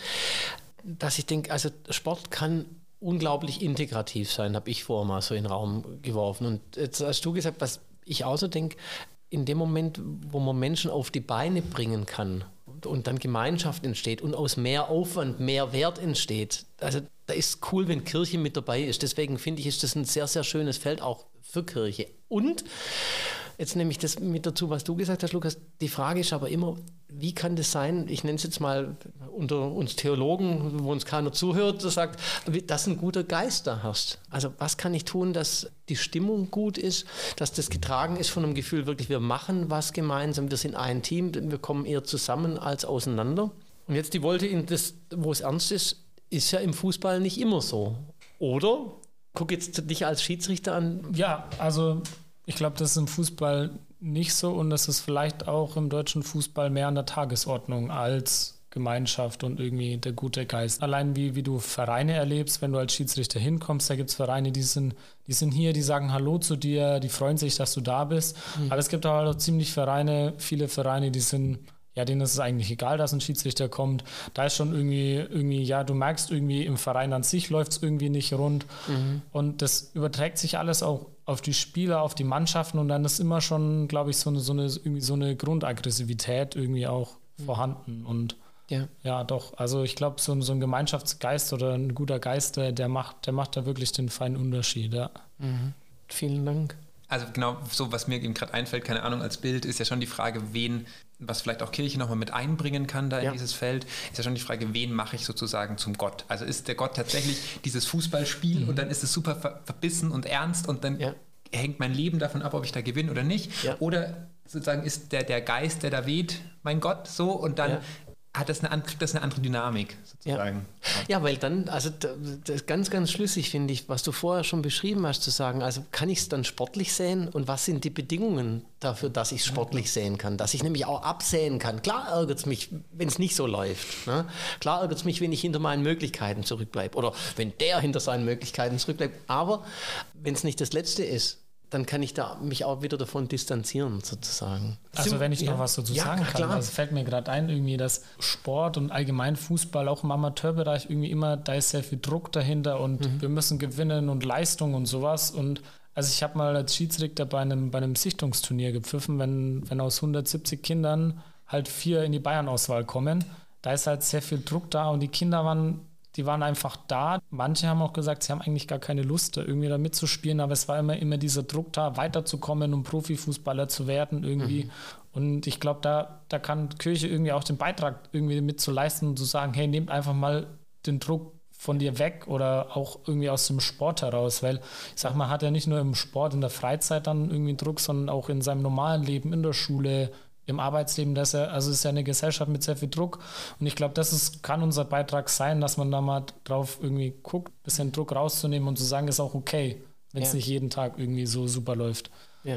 dass ich denke, also Sport kann unglaublich integrativ sein, habe ich vorher mal so in den Raum geworfen. Und jetzt hast du gesagt, was ich auch so denke, in dem Moment, wo man Menschen auf die Beine bringen kann und dann Gemeinschaft entsteht und aus mehr Aufwand mehr Wert entsteht, also da ist cool, wenn Kirche mit dabei ist. Deswegen finde ich, ist das ein sehr, sehr schönes Feld auch für Kirche. Und jetzt nehme ich das mit dazu, was du gesagt hast, Lukas. Die Frage ist aber immer, wie kann das sein, ich nenne es jetzt mal unter uns Theologen, wo uns keiner zuhört, sagt, dass ein guter Geist da herrscht. Also was kann ich tun, dass die Stimmung gut ist, dass das getragen ist von einem Gefühl, wirklich wir machen was gemeinsam, wir sind ein Team, wir kommen eher zusammen als auseinander. Und jetzt die Wolte in das, wo es ernst ist ja im Fußball nicht immer so. Oder? Guck jetzt dich als Schiedsrichter an. Ja, also ich glaube, das ist im Fußball nicht so und das ist vielleicht auch im deutschen Fußball mehr an der Tagesordnung als Gemeinschaft und irgendwie der gute Geist. Allein wie du Vereine erlebst, wenn du als Schiedsrichter hinkommst, da gibt es Vereine, die sind hier, die sagen Hallo zu dir, die freuen sich, dass du da bist. Aber es gibt auch ziemlich viele Vereine, die sind, ja, denen ist es eigentlich egal, dass ein Schiedsrichter kommt. Da ist schon irgendwie, ja, du merkst irgendwie, im Verein an sich läuft es irgendwie nicht rund. Und das überträgt sich alles auch auf die Spieler, auf die Mannschaften und dann ist immer schon, glaube ich, so eine Grundaggressivität irgendwie auch vorhanden. Und ja, doch, also ich glaube, so ein Gemeinschaftsgeist oder ein guter Geist, der macht da wirklich den feinen Unterschied. Ja. Vielen Dank. Also genau, so was mir eben gerade einfällt, keine Ahnung, als Bild, ist ja schon die Frage, was vielleicht auch Kirche nochmal mit einbringen kann da in dieses Feld, ist ja schon die Frage, wen mache ich sozusagen zum Gott? Also ist der Gott tatsächlich dieses Fußballspiel und dann ist es super verbissen und ernst und dann hängt mein Leben davon ab, ob ich da gewinne oder nicht? Ja. Oder sozusagen ist der Geist, der da weht, mein Gott, so und dann kriegt das eine andere Dynamik sozusagen. Ja, weil dann, also das ist ganz, ganz schlüssig, finde ich, was du vorher schon beschrieben hast, zu sagen, also kann ich es dann sportlich sehen und was sind die Bedingungen dafür, dass ich es sportlich sehen kann, dass ich nämlich auch absehen kann. Klar ärgert es mich, wenn es nicht so läuft. Ne? Klar ärgert es mich, wenn ich hinter meinen Möglichkeiten zurückbleibe oder wenn der hinter seinen Möglichkeiten zurückbleibt. Aber wenn es nicht das Letzte ist, dann kann ich da mich auch wieder davon distanzieren, sozusagen. Also wenn ich noch was dazu sagen kann, also fällt mir gerade ein, irgendwie, dass Sport und allgemein Fußball auch im Amateurbereich irgendwie immer, da ist sehr viel Druck dahinter und wir müssen gewinnen und Leistung und sowas. Und also ich habe mal als Schiedsrichter bei einem Sichtungsturnier gepfiffen, wenn aus 170 Kindern halt 4 in die Bayern-Auswahl kommen, da ist halt sehr viel Druck da und die Kinder waren einfach da. Manche haben auch gesagt, sie haben eigentlich gar keine Lust, da irgendwie da mitzuspielen, aber es war immer dieser Druck da, weiterzukommen, um Profifußballer zu werden irgendwie. Und ich glaube, da kann Kirche irgendwie auch den Beitrag irgendwie mitzuleisten und zu sagen, hey, nehmt einfach mal den Druck von dir weg oder auch irgendwie aus dem Sport heraus, weil ich sag mal, hat er nicht nur im Sport, in der Freizeit dann irgendwie Druck, sondern auch in seinem normalen Leben, in der Schule, im Arbeitsleben, es ist ja eine Gesellschaft mit sehr viel Druck und ich glaube, kann unser Beitrag sein, dass man da mal drauf irgendwie guckt, ein bisschen Druck rauszunehmen und zu sagen, ist auch okay, wenn es nicht jeden Tag irgendwie so super läuft. Ja.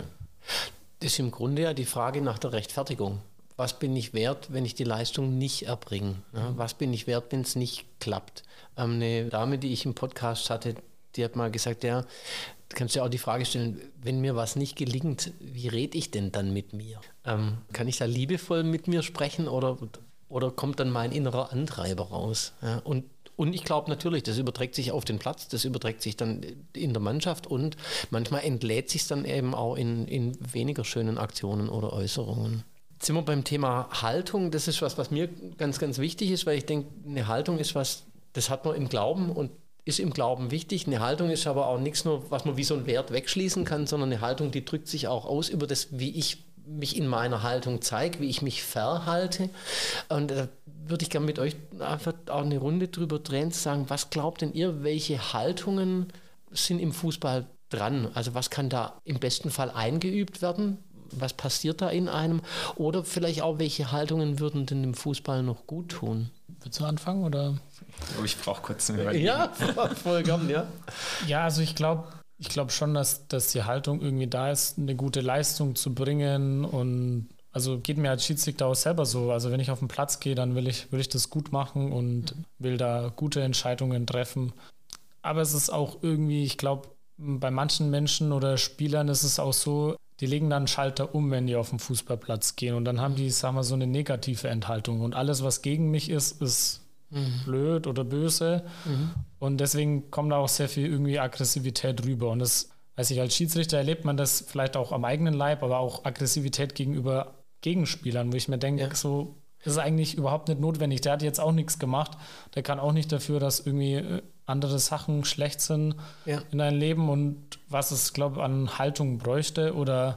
Das ist im Grunde ja die Frage nach der Rechtfertigung. Was bin ich wert, wenn ich die Leistung nicht erbringe? Ja, was bin ich wert, wenn es nicht klappt? Eine Dame, die ich im Podcast hatte, die hat mal gesagt, du kannst dir auch die Frage stellen, wenn mir was nicht gelingt, wie rede ich denn dann mit mir? Kann ich da liebevoll mit mir sprechen oder kommt dann mein innerer Antreiber raus? Ja, und ich glaube natürlich, das überträgt sich auf den Platz, das überträgt sich dann in der Mannschaft und manchmal entlädt sich dann eben auch in weniger schönen Aktionen oder Äußerungen. Jetzt sind wir beim Thema Haltung. Das ist was mir ganz, ganz wichtig ist, weil ich denke, eine Haltung ist was, das hat man im Glauben und ist im Glauben wichtig. Eine Haltung ist aber auch nichts nur, was man wie so einen Wert wegschließen kann, sondern eine Haltung, die drückt sich auch aus über das, wie ich mich in meiner Haltung zeige, wie ich mich verhalte. Und da würde ich gerne mit euch einfach auch eine Runde drüber drehen, zu sagen, was glaubt denn ihr, welche Haltungen sind im Fußball dran? Also was kann da im besten Fall eingeübt werden? Was passiert da in einem? Oder vielleicht auch, welche Haltungen würden denn dem Fußball noch gut tun? Willst du anfangen, oder? Ich brauche kurz eine Überlegung. Ja, voll gern, ja. Ja, also ich glaube, ich glaube schon, dass die Haltung irgendwie da ist, eine gute Leistung zu bringen. Und also geht mir als Schiedsrichter auch selber so. Also wenn ich auf den Platz gehe, dann will ich das gut machen und will da gute Entscheidungen treffen. Aber es ist auch irgendwie, ich glaube, bei manchen Menschen oder Spielern ist es auch so, die legen dann einen Schalter um, wenn die auf den Fußballplatz gehen. Und dann haben die, sagen wir, so eine negative Enthaltung. Und alles, was gegen mich ist blöd oder böse. Und deswegen kommt da auch sehr viel irgendwie Aggressivität rüber. Und das, weiß ich, als Schiedsrichter erlebt man das vielleicht auch am eigenen Leib, aber auch Aggressivität gegenüber Gegenspielern, wo ich mir denke, so, das ist eigentlich überhaupt nicht notwendig. Der hat jetzt auch nichts gemacht. Der kann auch nicht dafür, dass irgendwie andere Sachen schlecht sind in deinem Leben. Und was es, glaube ich, an Haltung bräuchte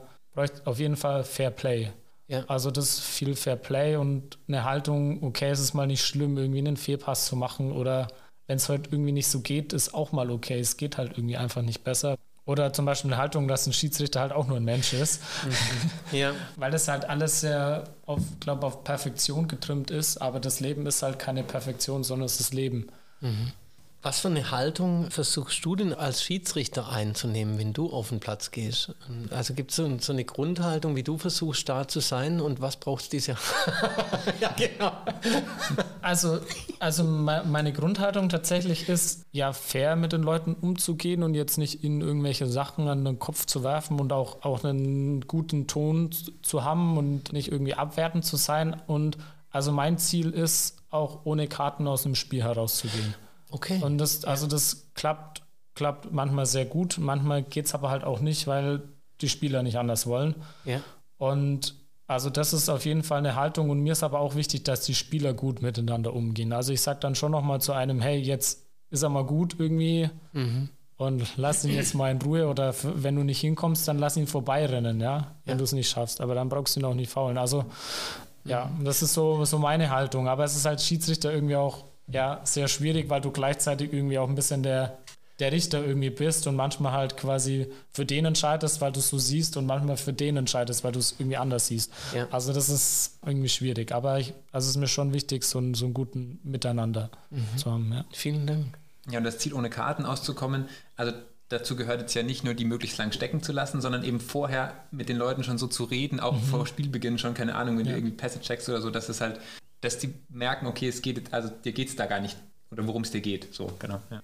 auf jeden Fall Fair Play. Ja. Also das ist viel Fair Play und eine Haltung, okay, es ist mal nicht schlimm, irgendwie einen Fehlpass zu machen oder wenn es heute irgendwie nicht so geht, ist auch mal okay. Es geht halt irgendwie einfach nicht besser. Oder zum Beispiel eine Haltung, dass ein Schiedsrichter halt auch nur ein Mensch ist. Ja. Weil das halt alles sehr auf Perfektion getrimmt ist, aber das Leben ist halt keine Perfektion, sondern es ist Leben. Was für eine Haltung versuchst du denn als Schiedsrichter einzunehmen, wenn du auf den Platz gehst? Also gibt es so eine Grundhaltung, wie du versuchst, da zu sein und was brauchst du diese? Ja, genau. Also meine Grundhaltung tatsächlich ist, ja, fair mit den Leuten umzugehen und jetzt nicht in irgendwelche Sachen an den Kopf zu werfen und auch einen guten Ton zu haben und nicht irgendwie abwertend zu sein. Und also mein Ziel ist, auch ohne Karten aus dem Spiel herauszugehen. Okay. Und das klappt manchmal sehr gut, manchmal geht es aber halt auch nicht, weil die Spieler nicht anders wollen. Ja. Und also das ist auf jeden Fall eine Haltung und mir ist aber auch wichtig, dass die Spieler gut miteinander umgehen. Also ich sage dann schon nochmal zu einem, hey, jetzt ist er mal gut irgendwie und lass ihn jetzt mal in Ruhe oder wenn du nicht hinkommst, dann lass ihn vorbeirennen, wenn du es nicht schaffst, aber dann brauchst du ihn auch nicht faulen. Also ja, das ist so meine Haltung, aber es ist als Schiedsrichter irgendwie auch sehr schwierig, weil du gleichzeitig irgendwie auch ein bisschen der Richter irgendwie bist und manchmal halt quasi für den entscheidest, weil du es so siehst und manchmal für den entscheidest, weil du es irgendwie anders siehst. Ja. Also das ist irgendwie schwierig, aber es ist mir schon wichtig, so einen guten Miteinander zu haben. Ja. Vielen Dank. Ja, und das Ziel, ohne Karten auszukommen, also dazu gehört jetzt ja nicht nur, die möglichst lang stecken zu lassen, sondern eben vorher mit den Leuten schon so zu reden, auch vor Spielbeginn schon, keine Ahnung, wenn du irgendwie Pässe checkst oder so, dass es halt, dass die merken, okay, dir geht es da gar nicht oder worum es dir geht. So, genau. Ja.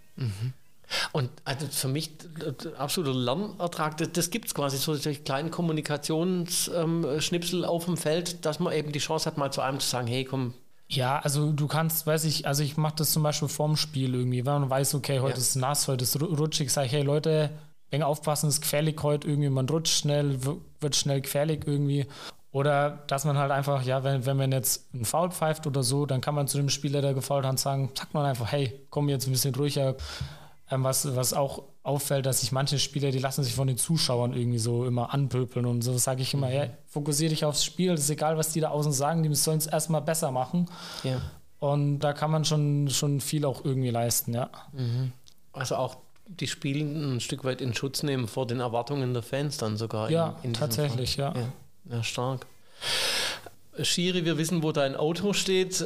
Und also für mich absoluter Lernertrag, das gibt es quasi so solche kleinen Kommunikationsschnipsel auf dem Feld, dass man eben die Chance hat, mal zu einem zu sagen, hey, komm. Ja, also du kannst, ich mache das zum Beispiel vorm Spiel irgendwie, wenn man weiß, okay, heute ist nass, heute ist rutschig, sage ich, hey Leute, aufpassen, ist gefährlich heute irgendwie, man rutscht schnell, wird schnell gefährlich irgendwie. Oder dass man halt einfach, wenn man jetzt einen Foul pfeift oder so, dann kann man zu dem Spieler, der gefoult hat, sagen, sagt man einfach, hey, komm jetzt ein bisschen ruhiger. Was auch auffällt, dass sich manche Spieler, die lassen sich von den Zuschauern irgendwie so immer anpöbeln und so sage ich immer, fokussiere dich aufs Spiel, das ist egal, was die da außen sagen, die sollen es erstmal besser machen. Ja. Und da kann man schon viel auch irgendwie leisten, ja. Also auch die Spielenden ein Stück weit in Schutz nehmen vor den Erwartungen der Fans dann sogar. Ja, in tatsächlich, ja. Ja, stark. Schiri, wir wissen, wo dein Auto steht.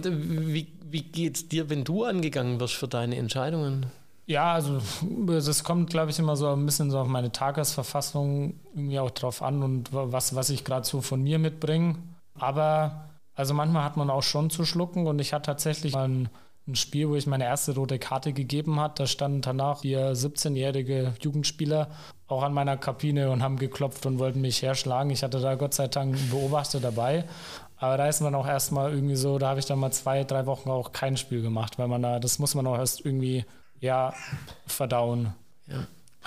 Wie geht's dir, wenn du angegangen wirst für deine Entscheidungen? Ja, also das kommt, glaube ich, immer so ein bisschen so auf meine Tagesverfassung irgendwie auch drauf an und was ich gerade so von mir mitbringe. Aber also manchmal hat man auch schon zu schlucken und ich hatte tatsächlich mal ein Spiel, wo ich meine erste rote Karte gegeben habe. Da standen danach 17-jährige Jugendspieler auch an meiner Kabine und haben geklopft und wollten mich herschlagen. Ich hatte da Gott sei Dank einen Beobachter dabei. Aber da ist man auch erstmal irgendwie so, da habe ich dann mal 2-3 Wochen auch kein Spiel gemacht, weil das muss man auch erst irgendwie verdauen. Ja.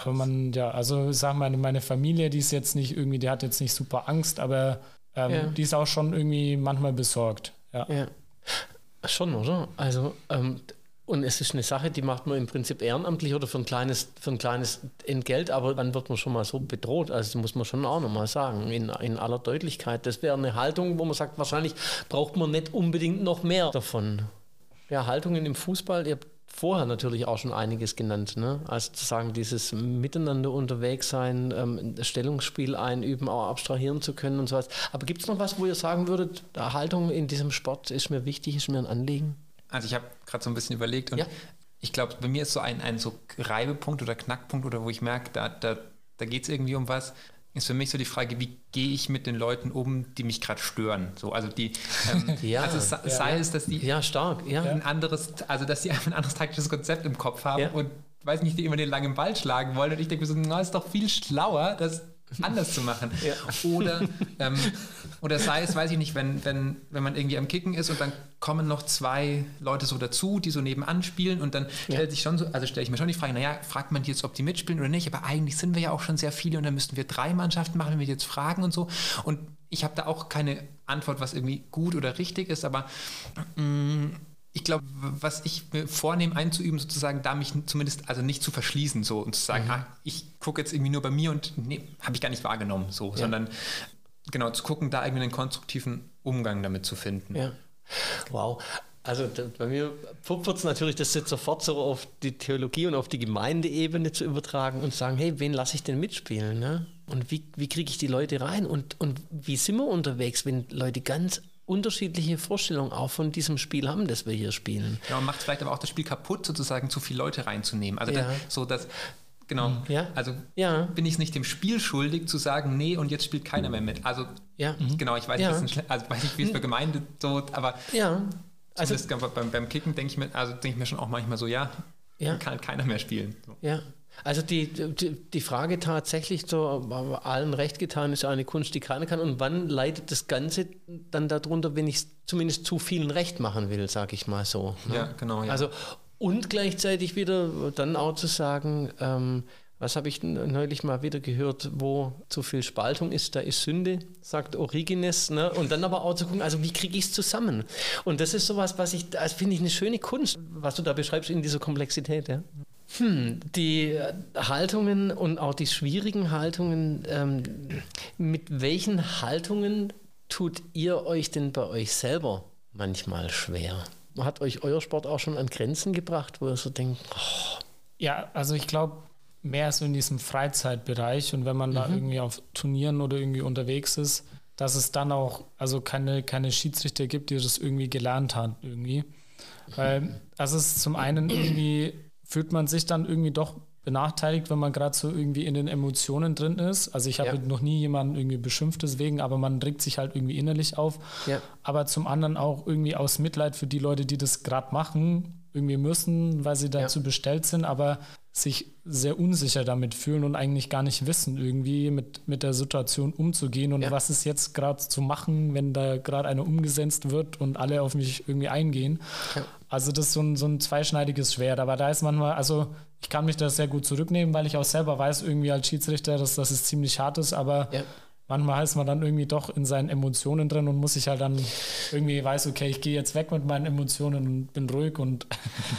Also ich sage mal, meine Familie, die ist jetzt nicht irgendwie, die hat jetzt nicht super Angst, aber die ist auch schon irgendwie manchmal besorgt. Ja. Schon, oder? Also, und es ist eine Sache, die macht man im Prinzip ehrenamtlich oder für ein kleines Entgelt, aber dann wird man schon mal so bedroht. Also das muss man schon auch nochmal sagen, in aller Deutlichkeit. Das wäre eine Haltung, wo man sagt, wahrscheinlich braucht man nicht unbedingt noch mehr davon. Ja, Haltungen im Fußball, ihr habt vorher natürlich auch schon einiges genannt, ne? Also zu sagen, dieses Miteinander unterwegs sein, Stellungsspiel einüben, auch abstrahieren zu können und sowas. Aber gibt es noch was, wo ihr sagen würdet, Haltung in diesem Sport ist mir wichtig, ist mir ein Anliegen? Also ich habe gerade so ein bisschen überlegt und Ich glaube, bei mir ist so ein so Reibepunkt oder Knackpunkt oder wo ich merke, da geht es irgendwie um was, ist für mich so die Frage, wie gehe ich mit den Leuten um, die mich gerade stören. So, also die, sei es, dass die ein anderes, also dass die einfach ein anderes taktisches Konzept im Kopf haben und weiß nicht, die immer den langen Ball schlagen wollen und ich denke mir so, na, ist doch viel schlauer, das anders zu machen. Oder sei es, weiß ich nicht, wenn man irgendwie am Kicken ist und dann kommen noch 2 Leute so dazu, die so nebenan spielen und dann stelle ich mir schon die Frage, naja, fragt man die jetzt, ob die mitspielen oder nicht, aber eigentlich sind wir ja auch schon sehr viele und dann müssten wir 3 Mannschaften machen, wenn wir die jetzt fragen und so. Und ich habe da auch keine Antwort, was irgendwie gut oder richtig ist, aber ich glaube, was ich mir vornehme einzuüben, sozusagen, da mich zumindest also nicht zu verschließen so und zu sagen, ich gucke jetzt irgendwie nur bei mir und habe ich gar nicht wahrgenommen, so, sondern genau zu gucken, da irgendwie einen konstruktiven Umgang damit zu finden. Ja. Wow. Also bei mir wird es natürlich, das jetzt sofort so auf die Theologie und auf die Gemeindeebene zu übertragen und sagen, hey, wen lasse ich denn mitspielen? Ne? Und wie kriege ich die Leute rein? Und wie sind wir unterwegs, wenn Leute ganz unterschiedliche Vorstellungen auch von diesem Spiel haben, das wir hier spielen. Ja, und macht vielleicht aber auch das Spiel kaputt, sozusagen zu viele Leute reinzunehmen. Also bin ich nicht dem Spiel schuldig, zu sagen, nee, und jetzt spielt keiner mehr mit. Also genau, ich weiß, weiß nicht, wie es für Gemeinde so, aber zumindest beim Kicken denke ich mir schon auch manchmal so, kann halt keiner mehr spielen. So. Ja. Also die Frage tatsächlich, so allen recht getan ist eine Kunst, die keiner kann. Und wann leidet das Ganze dann darunter, wenn ich es zumindest zu vielen recht machen will, sage ich mal so. Ne? Ja, genau. Ja. Also und gleichzeitig wieder dann auch zu sagen, was habe ich neulich mal wieder gehört, wo zu viel Spaltung ist, da ist Sünde, sagt Origenes. Ne? Und dann aber auch zu gucken, also wie kriege ich es zusammen? Und das ist sowas, das finde ich eine schöne Kunst, was du da beschreibst in dieser Komplexität. Ja? Die Haltungen und auch die schwierigen Haltungen, mit welchen Haltungen tut ihr euch denn bei euch selber manchmal schwer? Hat euch euer Sport auch schon an Grenzen gebracht, wo ihr so denkt, Ja, also ich glaube, mehr so in diesem Freizeitbereich und wenn man da irgendwie auf Turnieren oder irgendwie unterwegs ist, dass es dann auch also keine Schiedsrichter gibt, die das irgendwie gelernt haben irgendwie. Weil also es ist zum einen irgendwie fühlt man sich dann irgendwie doch benachteiligt, wenn man gerade so irgendwie in den Emotionen drin ist. Also ich habe noch nie jemanden irgendwie beschimpft deswegen, aber man regt sich halt irgendwie innerlich auf. Ja. Aber zum anderen auch irgendwie aus Mitleid für die Leute, die das gerade machen, irgendwie müssen, weil sie dazu bestellt sind, aber sich sehr unsicher damit fühlen und eigentlich gar nicht wissen, irgendwie mit der Situation umzugehen und was ist jetzt gerade zu machen, wenn da gerade einer umgesetzt wird und alle auf mich irgendwie eingehen. Ja. Also das ist so ein zweischneidiges Schwert, aber da ist manchmal, also ich kann mich da sehr gut zurücknehmen, weil ich auch selber weiß irgendwie als Schiedsrichter, dass es ziemlich hart ist, aber manchmal ist man dann irgendwie doch in seinen Emotionen drin und muss sich halt dann irgendwie weiß, okay, ich gehe jetzt weg mit meinen Emotionen und bin ruhig und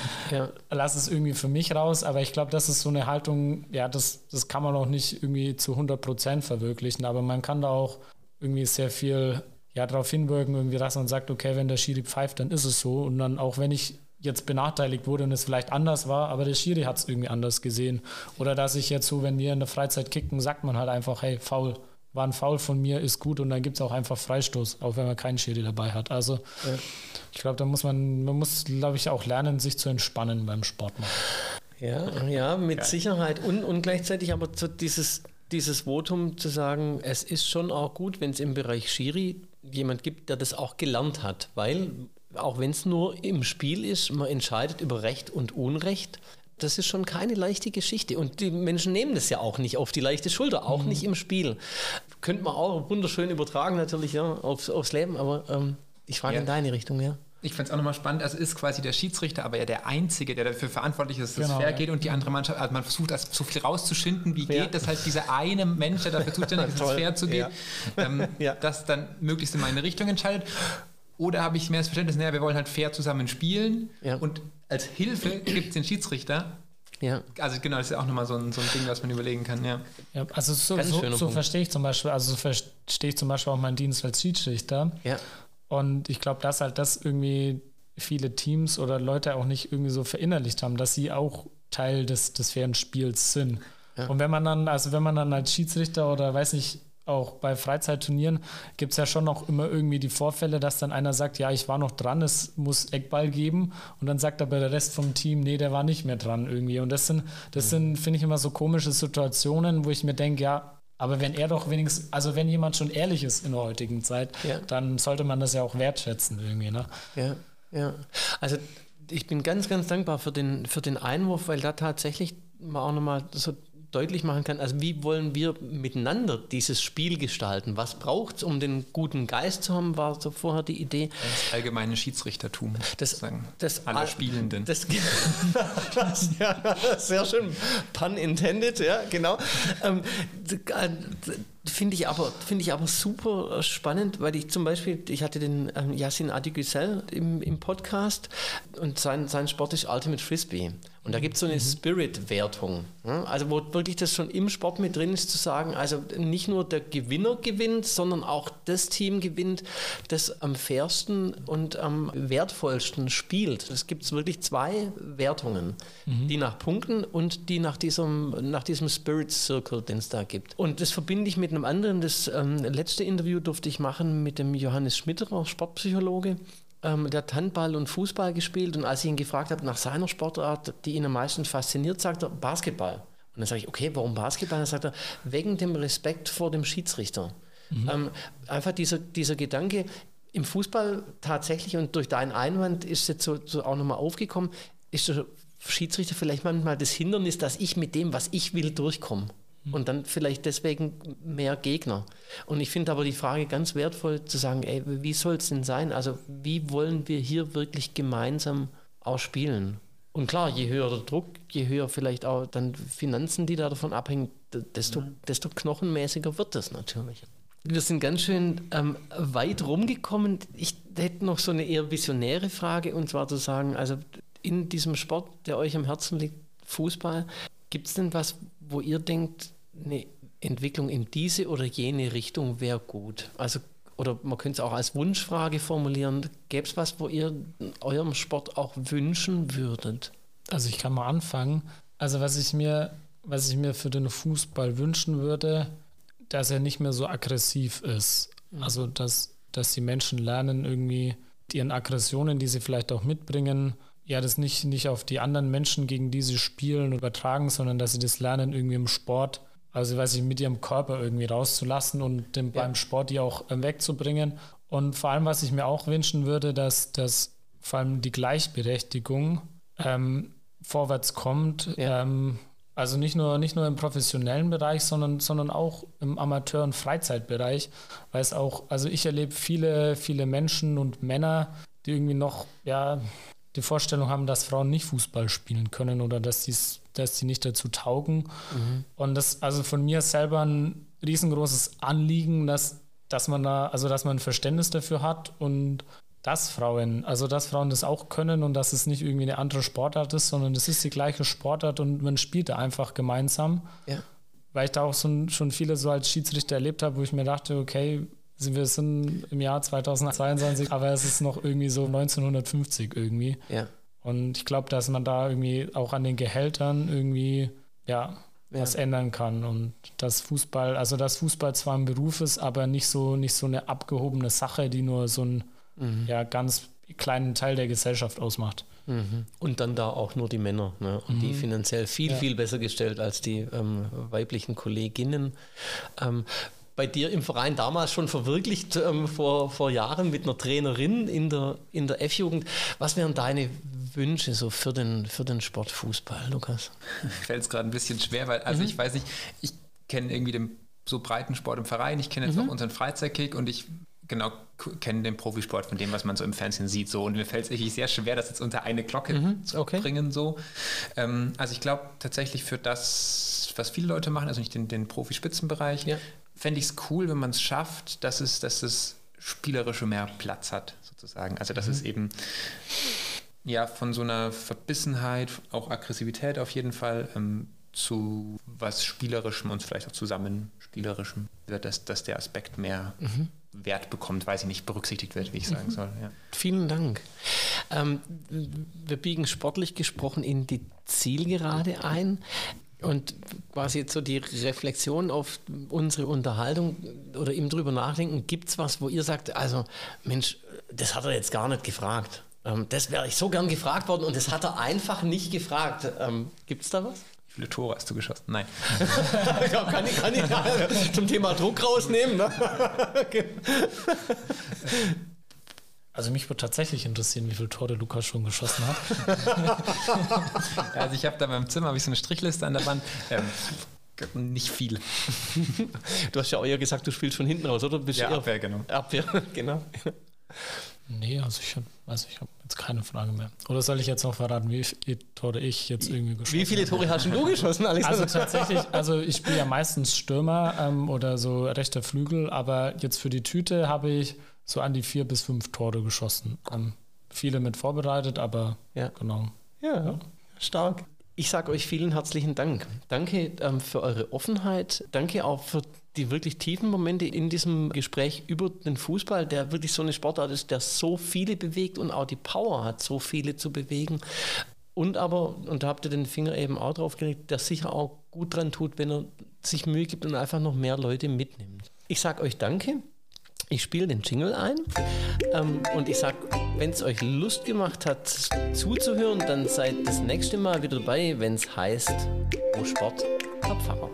lasse es irgendwie für mich raus. Aber ich glaube, das ist so eine Haltung, das kann man auch nicht irgendwie zu 100% verwirklichen. Aber man kann da auch irgendwie sehr viel darauf hinwirken, irgendwie, dass man sagt, okay, wenn der Schiri pfeift, dann ist es so. Und dann auch wenn ich jetzt benachteiligt wurde und es vielleicht anders war, aber der Schiri hat es irgendwie anders gesehen. Oder dass ich jetzt so, wenn wir in der Freizeit kicken, sagt man halt einfach, hey, Foul. War ein Foul von mir, ist gut und dann gibt es auch einfach Freistoß, auch wenn man keinen Schiri dabei hat. Also ich glaube, da muss man muss, glaube ich, auch lernen, sich zu entspannen beim Sport machen. Ja, mit Sicherheit und gleichzeitig aber so dieses Votum zu sagen, es ist schon auch gut, wenn es im Bereich Schiri jemand gibt, der das auch gelernt hat, weil auch wenn es nur im Spiel ist, man entscheidet über Recht und Unrecht. Das ist schon keine leichte Geschichte. Und die Menschen nehmen das ja auch nicht auf die leichte Schulter, auch nicht im Spiel. Könnte man auch wunderschön übertragen natürlich aufs Leben, aber ich frage in deine Richtung, Ich fand es auch nochmal spannend, also ist quasi der Schiedsrichter, aber der Einzige, der dafür verantwortlich ist, dass es fair geht und die andere Mannschaft, also man versucht, das so viel rauszuschinden, wie geht, dass halt dieser eine Mensch, der dafür zuständig ist, dass es fair zugeht, das dann möglichst in meine Richtung entscheidet. Oder habe ich mehr das Verständnis, wir wollen halt fair zusammen spielen und als Hilfe gibt es den Schiedsrichter. Ja. Also genau, das ist ja auch nochmal so ein Ding, was man überlegen kann, also so verstehe ich zum Beispiel, auch meinen Dienst als Schiedsrichter. Ja. Und ich glaube, dass halt das irgendwie viele Teams oder Leute auch nicht irgendwie so verinnerlicht haben, dass sie auch Teil des fairen Spiels sind. Ja. Und wenn man dann als Schiedsrichter oder weiß nicht, auch bei Freizeitturnieren gibt es ja schon noch immer irgendwie die Vorfälle, dass dann einer sagt, ja, ich war noch dran, es muss Eckball geben und dann sagt aber der Rest vom Team, nee, der war nicht mehr dran irgendwie. Und das sind finde ich, immer so komische Situationen, wo ich mir denke, ja, aber wenn er doch wenigstens, also wenn jemand schon ehrlich ist in der heutigen Zeit, dann sollte man das ja auch wertschätzen irgendwie, ne? Ja. Also ich bin ganz, ganz dankbar für den Einwurf, weil da tatsächlich man auch nochmal so deutlich machen kann, also wie wollen wir miteinander dieses Spiel gestalten? Was braucht es, um den guten Geist zu haben, war so vorher die Idee. Das allgemeine Schiedsrichtertum, das aller Spielenden. Ja, sehr schön, pun intended, ja, genau. Finde ich aber super spannend, weil ich zum Beispiel, ich hatte den Yacine Adiguzel im Podcast und sein Sport ist Ultimate Frisbee. Und da gibt es so eine Spirit-Wertung. Ja? Also wo wirklich das schon im Sport mit drin ist, zu sagen, also nicht nur der Gewinner gewinnt, sondern auch das Team gewinnt, das am fairsten und am wertvollsten spielt. Es gibt wirklich 2 Wertungen, die nach Punkten und die nach diesem Spirit-Circle, den es da gibt. Und das verbinde ich mit einem anderen. Das letzte Interview durfte ich machen mit dem Johannes Schmitterer, Sportpsychologe. Der hat Handball und Fußball gespielt und als ich ihn gefragt habe nach seiner Sportart, die ihn am meisten fasziniert, sagt er Basketball. Und dann sage ich, okay, warum Basketball? Dann sagt er, wegen dem Respekt vor dem Schiedsrichter. Einfach dieser Gedanke, im Fußball tatsächlich, und durch deinen Einwand ist jetzt so auch nochmal aufgekommen, ist der Schiedsrichter vielleicht manchmal das Hindernis, dass ich mit dem, was ich will, durchkomme. Und dann vielleicht deswegen mehr Gegner. Und ich finde aber die Frage ganz wertvoll zu sagen, ey, wie soll es denn sein? Also wie wollen wir hier wirklich gemeinsam auch spielen? Und klar, je höher der Druck, je höher vielleicht auch dann Finanzen, die da davon abhängen, desto knochenmäßiger wird das natürlich. Wir sind ganz schön weit rumgekommen. Ich hätte noch so eine eher visionäre Frage, und zwar zu sagen, also in diesem Sport, der euch am Herzen liegt, Fußball, gibt es denn was, wo ihr denkt, eine Entwicklung in diese oder jene Richtung wäre gut? Also, oder man könnte es auch als Wunschfrage formulieren. Gäbe es was, wo ihr eurem Sport auch wünschen würdet? Also ich kann mal anfangen. Also was ich mir für den Fußball wünschen würde, dass er nicht mehr so aggressiv ist. Also dass die Menschen lernen, irgendwie ihren Aggressionen, die sie vielleicht auch mitbringen, ja, das nicht auf die anderen Menschen, gegen die sie spielen, übertragen, sondern dass sie das lernen, irgendwie im Sport, also mit ihrem Körper irgendwie rauszulassen und beim Sport die auch wegzubringen. Und vor allem, was ich mir auch wünschen würde, dass vor allem die Gleichberechtigung vorwärts kommt. Ja. Also nicht nur im professionellen Bereich, sondern auch im Amateur- und Freizeitbereich, weil es auch, also ich erlebe viele, viele Menschen und Männer, die irgendwie noch, die Vorstellung haben, dass Frauen nicht Fußball spielen können oder dass die nicht dazu taugen. Und das also von mir selber ein riesengroßes Anliegen, dass man ein Verständnis dafür hat und dass Frauen das auch können und dass es nicht irgendwie eine andere Sportart ist, sondern es ist die gleiche Sportart und man spielt da einfach gemeinsam. Ja. Weil ich da auch schon viele so als Schiedsrichter erlebt habe, wo ich mir dachte, okay, wir sind im Jahr 2022, aber es ist noch irgendwie so 1950 irgendwie. Ja. Und ich glaube, dass man da irgendwie auch an den Gehältern irgendwie was ändern kann. Und dass Fußball zwar ein Beruf ist, aber nicht so eine abgehobene Sache, die nur so einen ganz kleinen Teil der Gesellschaft ausmacht. Und dann da auch nur die Männer, ne? Und die finanziell viel besser gestellt als die weiblichen Kolleginnen. Bei dir im Verein damals schon verwirklicht, vor Jahren mit einer Trainerin in der F-Jugend. Was wären deine Wünsche so für den Sport Fußball, Lukas? Fällt es gerade ein bisschen schwer, weil, also ich weiß nicht, ich kenne irgendwie den so breiten Sport im Verein, ich kenne jetzt auch unseren Freizeitkick und ich kenne den Profisport von dem, was man so im Fernsehen sieht. So. Und mir fällt es wirklich sehr schwer, das jetzt unter eine Glocke zu bringen. So. Also ich glaube tatsächlich für das, was viele Leute machen, also nicht den Profispitzenbereich, fände ich es cool, wenn man es schafft, dass es spielerische mehr Platz hat, sozusagen. Also dass es eben von so einer Verbissenheit, auch Aggressivität auf jeden Fall, zu was Spielerischem und vielleicht auch Zusammenspielerischem wird, dass der Aspekt mehr Wert bekommt, weiß ich nicht, berücksichtigt wird, wie ich sagen soll. Ja. Vielen Dank. Wir biegen sportlich gesprochen in die Zielgerade ein. Und quasi jetzt so die Reflexion auf unsere Unterhaltung oder eben drüber nachdenken, gibt es was, wo ihr sagt, also Mensch, das hat er jetzt gar nicht gefragt. Das wäre ich so gern gefragt worden und das hat er einfach nicht gefragt. Gibt es da was? Wie viele Tore hast du geschossen? Nein. kann ich zum Thema Druck rausnehmen. Ne? Also mich würde tatsächlich interessieren, wie viele Tore Lukas schon geschossen hat. Also ich habe da in meinem Zimmer so eine Strichliste an der Wand. Nicht viel. Du hast ja auch eher gesagt, du spielst von hinten raus, oder? Ja, Abwehr, genau. Abwehr, genau. Nee, also ich habe jetzt keine Frage mehr. Oder soll ich jetzt noch verraten, wie viele Tore ich jetzt irgendwie geschossen habe? Wie viele Tore hast du geschossen, Alexander? Also tatsächlich, ich spiele ja meistens Stürmer oder so rechter Flügel, aber jetzt für die Tüte habe ich so an die 4 bis 5 Tore geschossen. Viele mit vorbereitet, aber genau. Ja, stark. Ich sage euch vielen herzlichen Dank. Danke für eure Offenheit. Danke auch für die wirklich tiefen Momente in diesem Gespräch über den Fußball, der wirklich so eine Sportart ist, der so viele bewegt und auch die Power hat, so viele zu bewegen. Und da habt ihr den Finger eben auch drauf gelegt, der sicher auch gut dran tut, wenn er sich Mühe gibt und einfach noch mehr Leute mitnimmt. Ich sage euch Danke. Ich spiele den Jingle ein und ich sage, wenn es euch Lust gemacht hat zuzuhören, dann seid das nächste Mal wieder dabei, wenn es heißt, O Sport, der Pfarrer.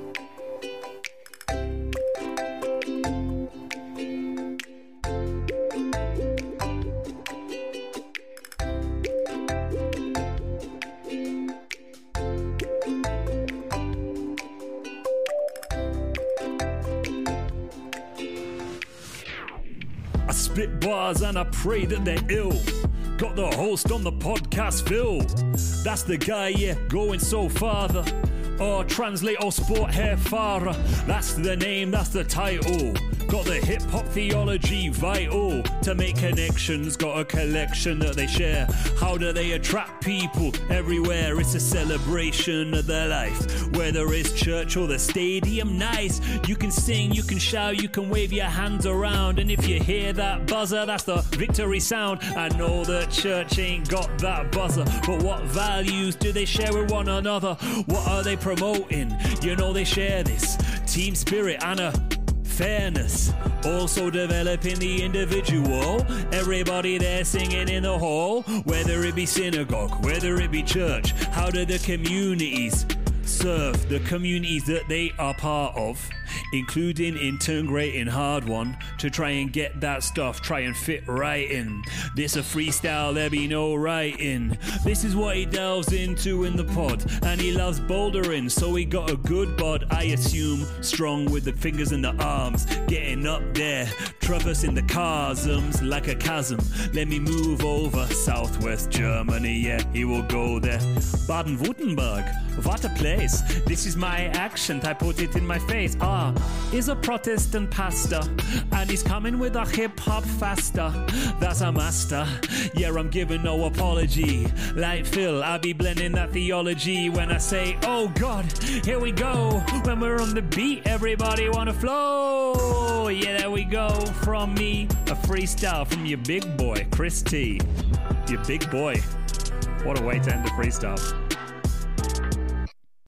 Spit bars and I pray that they're ill. Got the host on the podcast, Phil. That's the guy, yeah, going so farther. Or translate or sport hair Farah. That's the name, that's the title. Got the hip-hop theology vital to make connections. Got a collection that they share. How do they attract people everywhere? It's a celebration of their life. Whether it's church or the stadium, nice. You can sing, you can shout, you can wave your hands around. And if you hear that buzzer, that's the victory sound. I know that church ain't got that buzzer, but what values do they share with one another? What are they promoting? You know they share this team spirit and a fairness, also developing the individual. Everybody there singing in the hall, whether it be synagogue, whether it be church. How do the communities serve the communities that they are part of, including integrating hard one to try and get that stuff, try and fit right in. This a freestyle, there be no writing. This is what he delves into in the pod, and he loves bouldering, so he got a good bod, I assume, strong with the fingers and the arms, getting up there, traversing the chasms like a chasm. Let me move over, Southwest Germany, yeah, he will go there. Baden-Württemberg, what a place. This is my accent, I put it in my face. Is a Protestant pastor, and he's coming with a hip-hop faster. That's a master, yeah, I'm giving no apology. Like Phil, I be blending that theology when I say, oh God, here we go. When we're on the beat, everybody wanna flow. Yeah, there we go. From me, a freestyle from your big boy, Chris T. Your big boy. What a way to end the freestyle.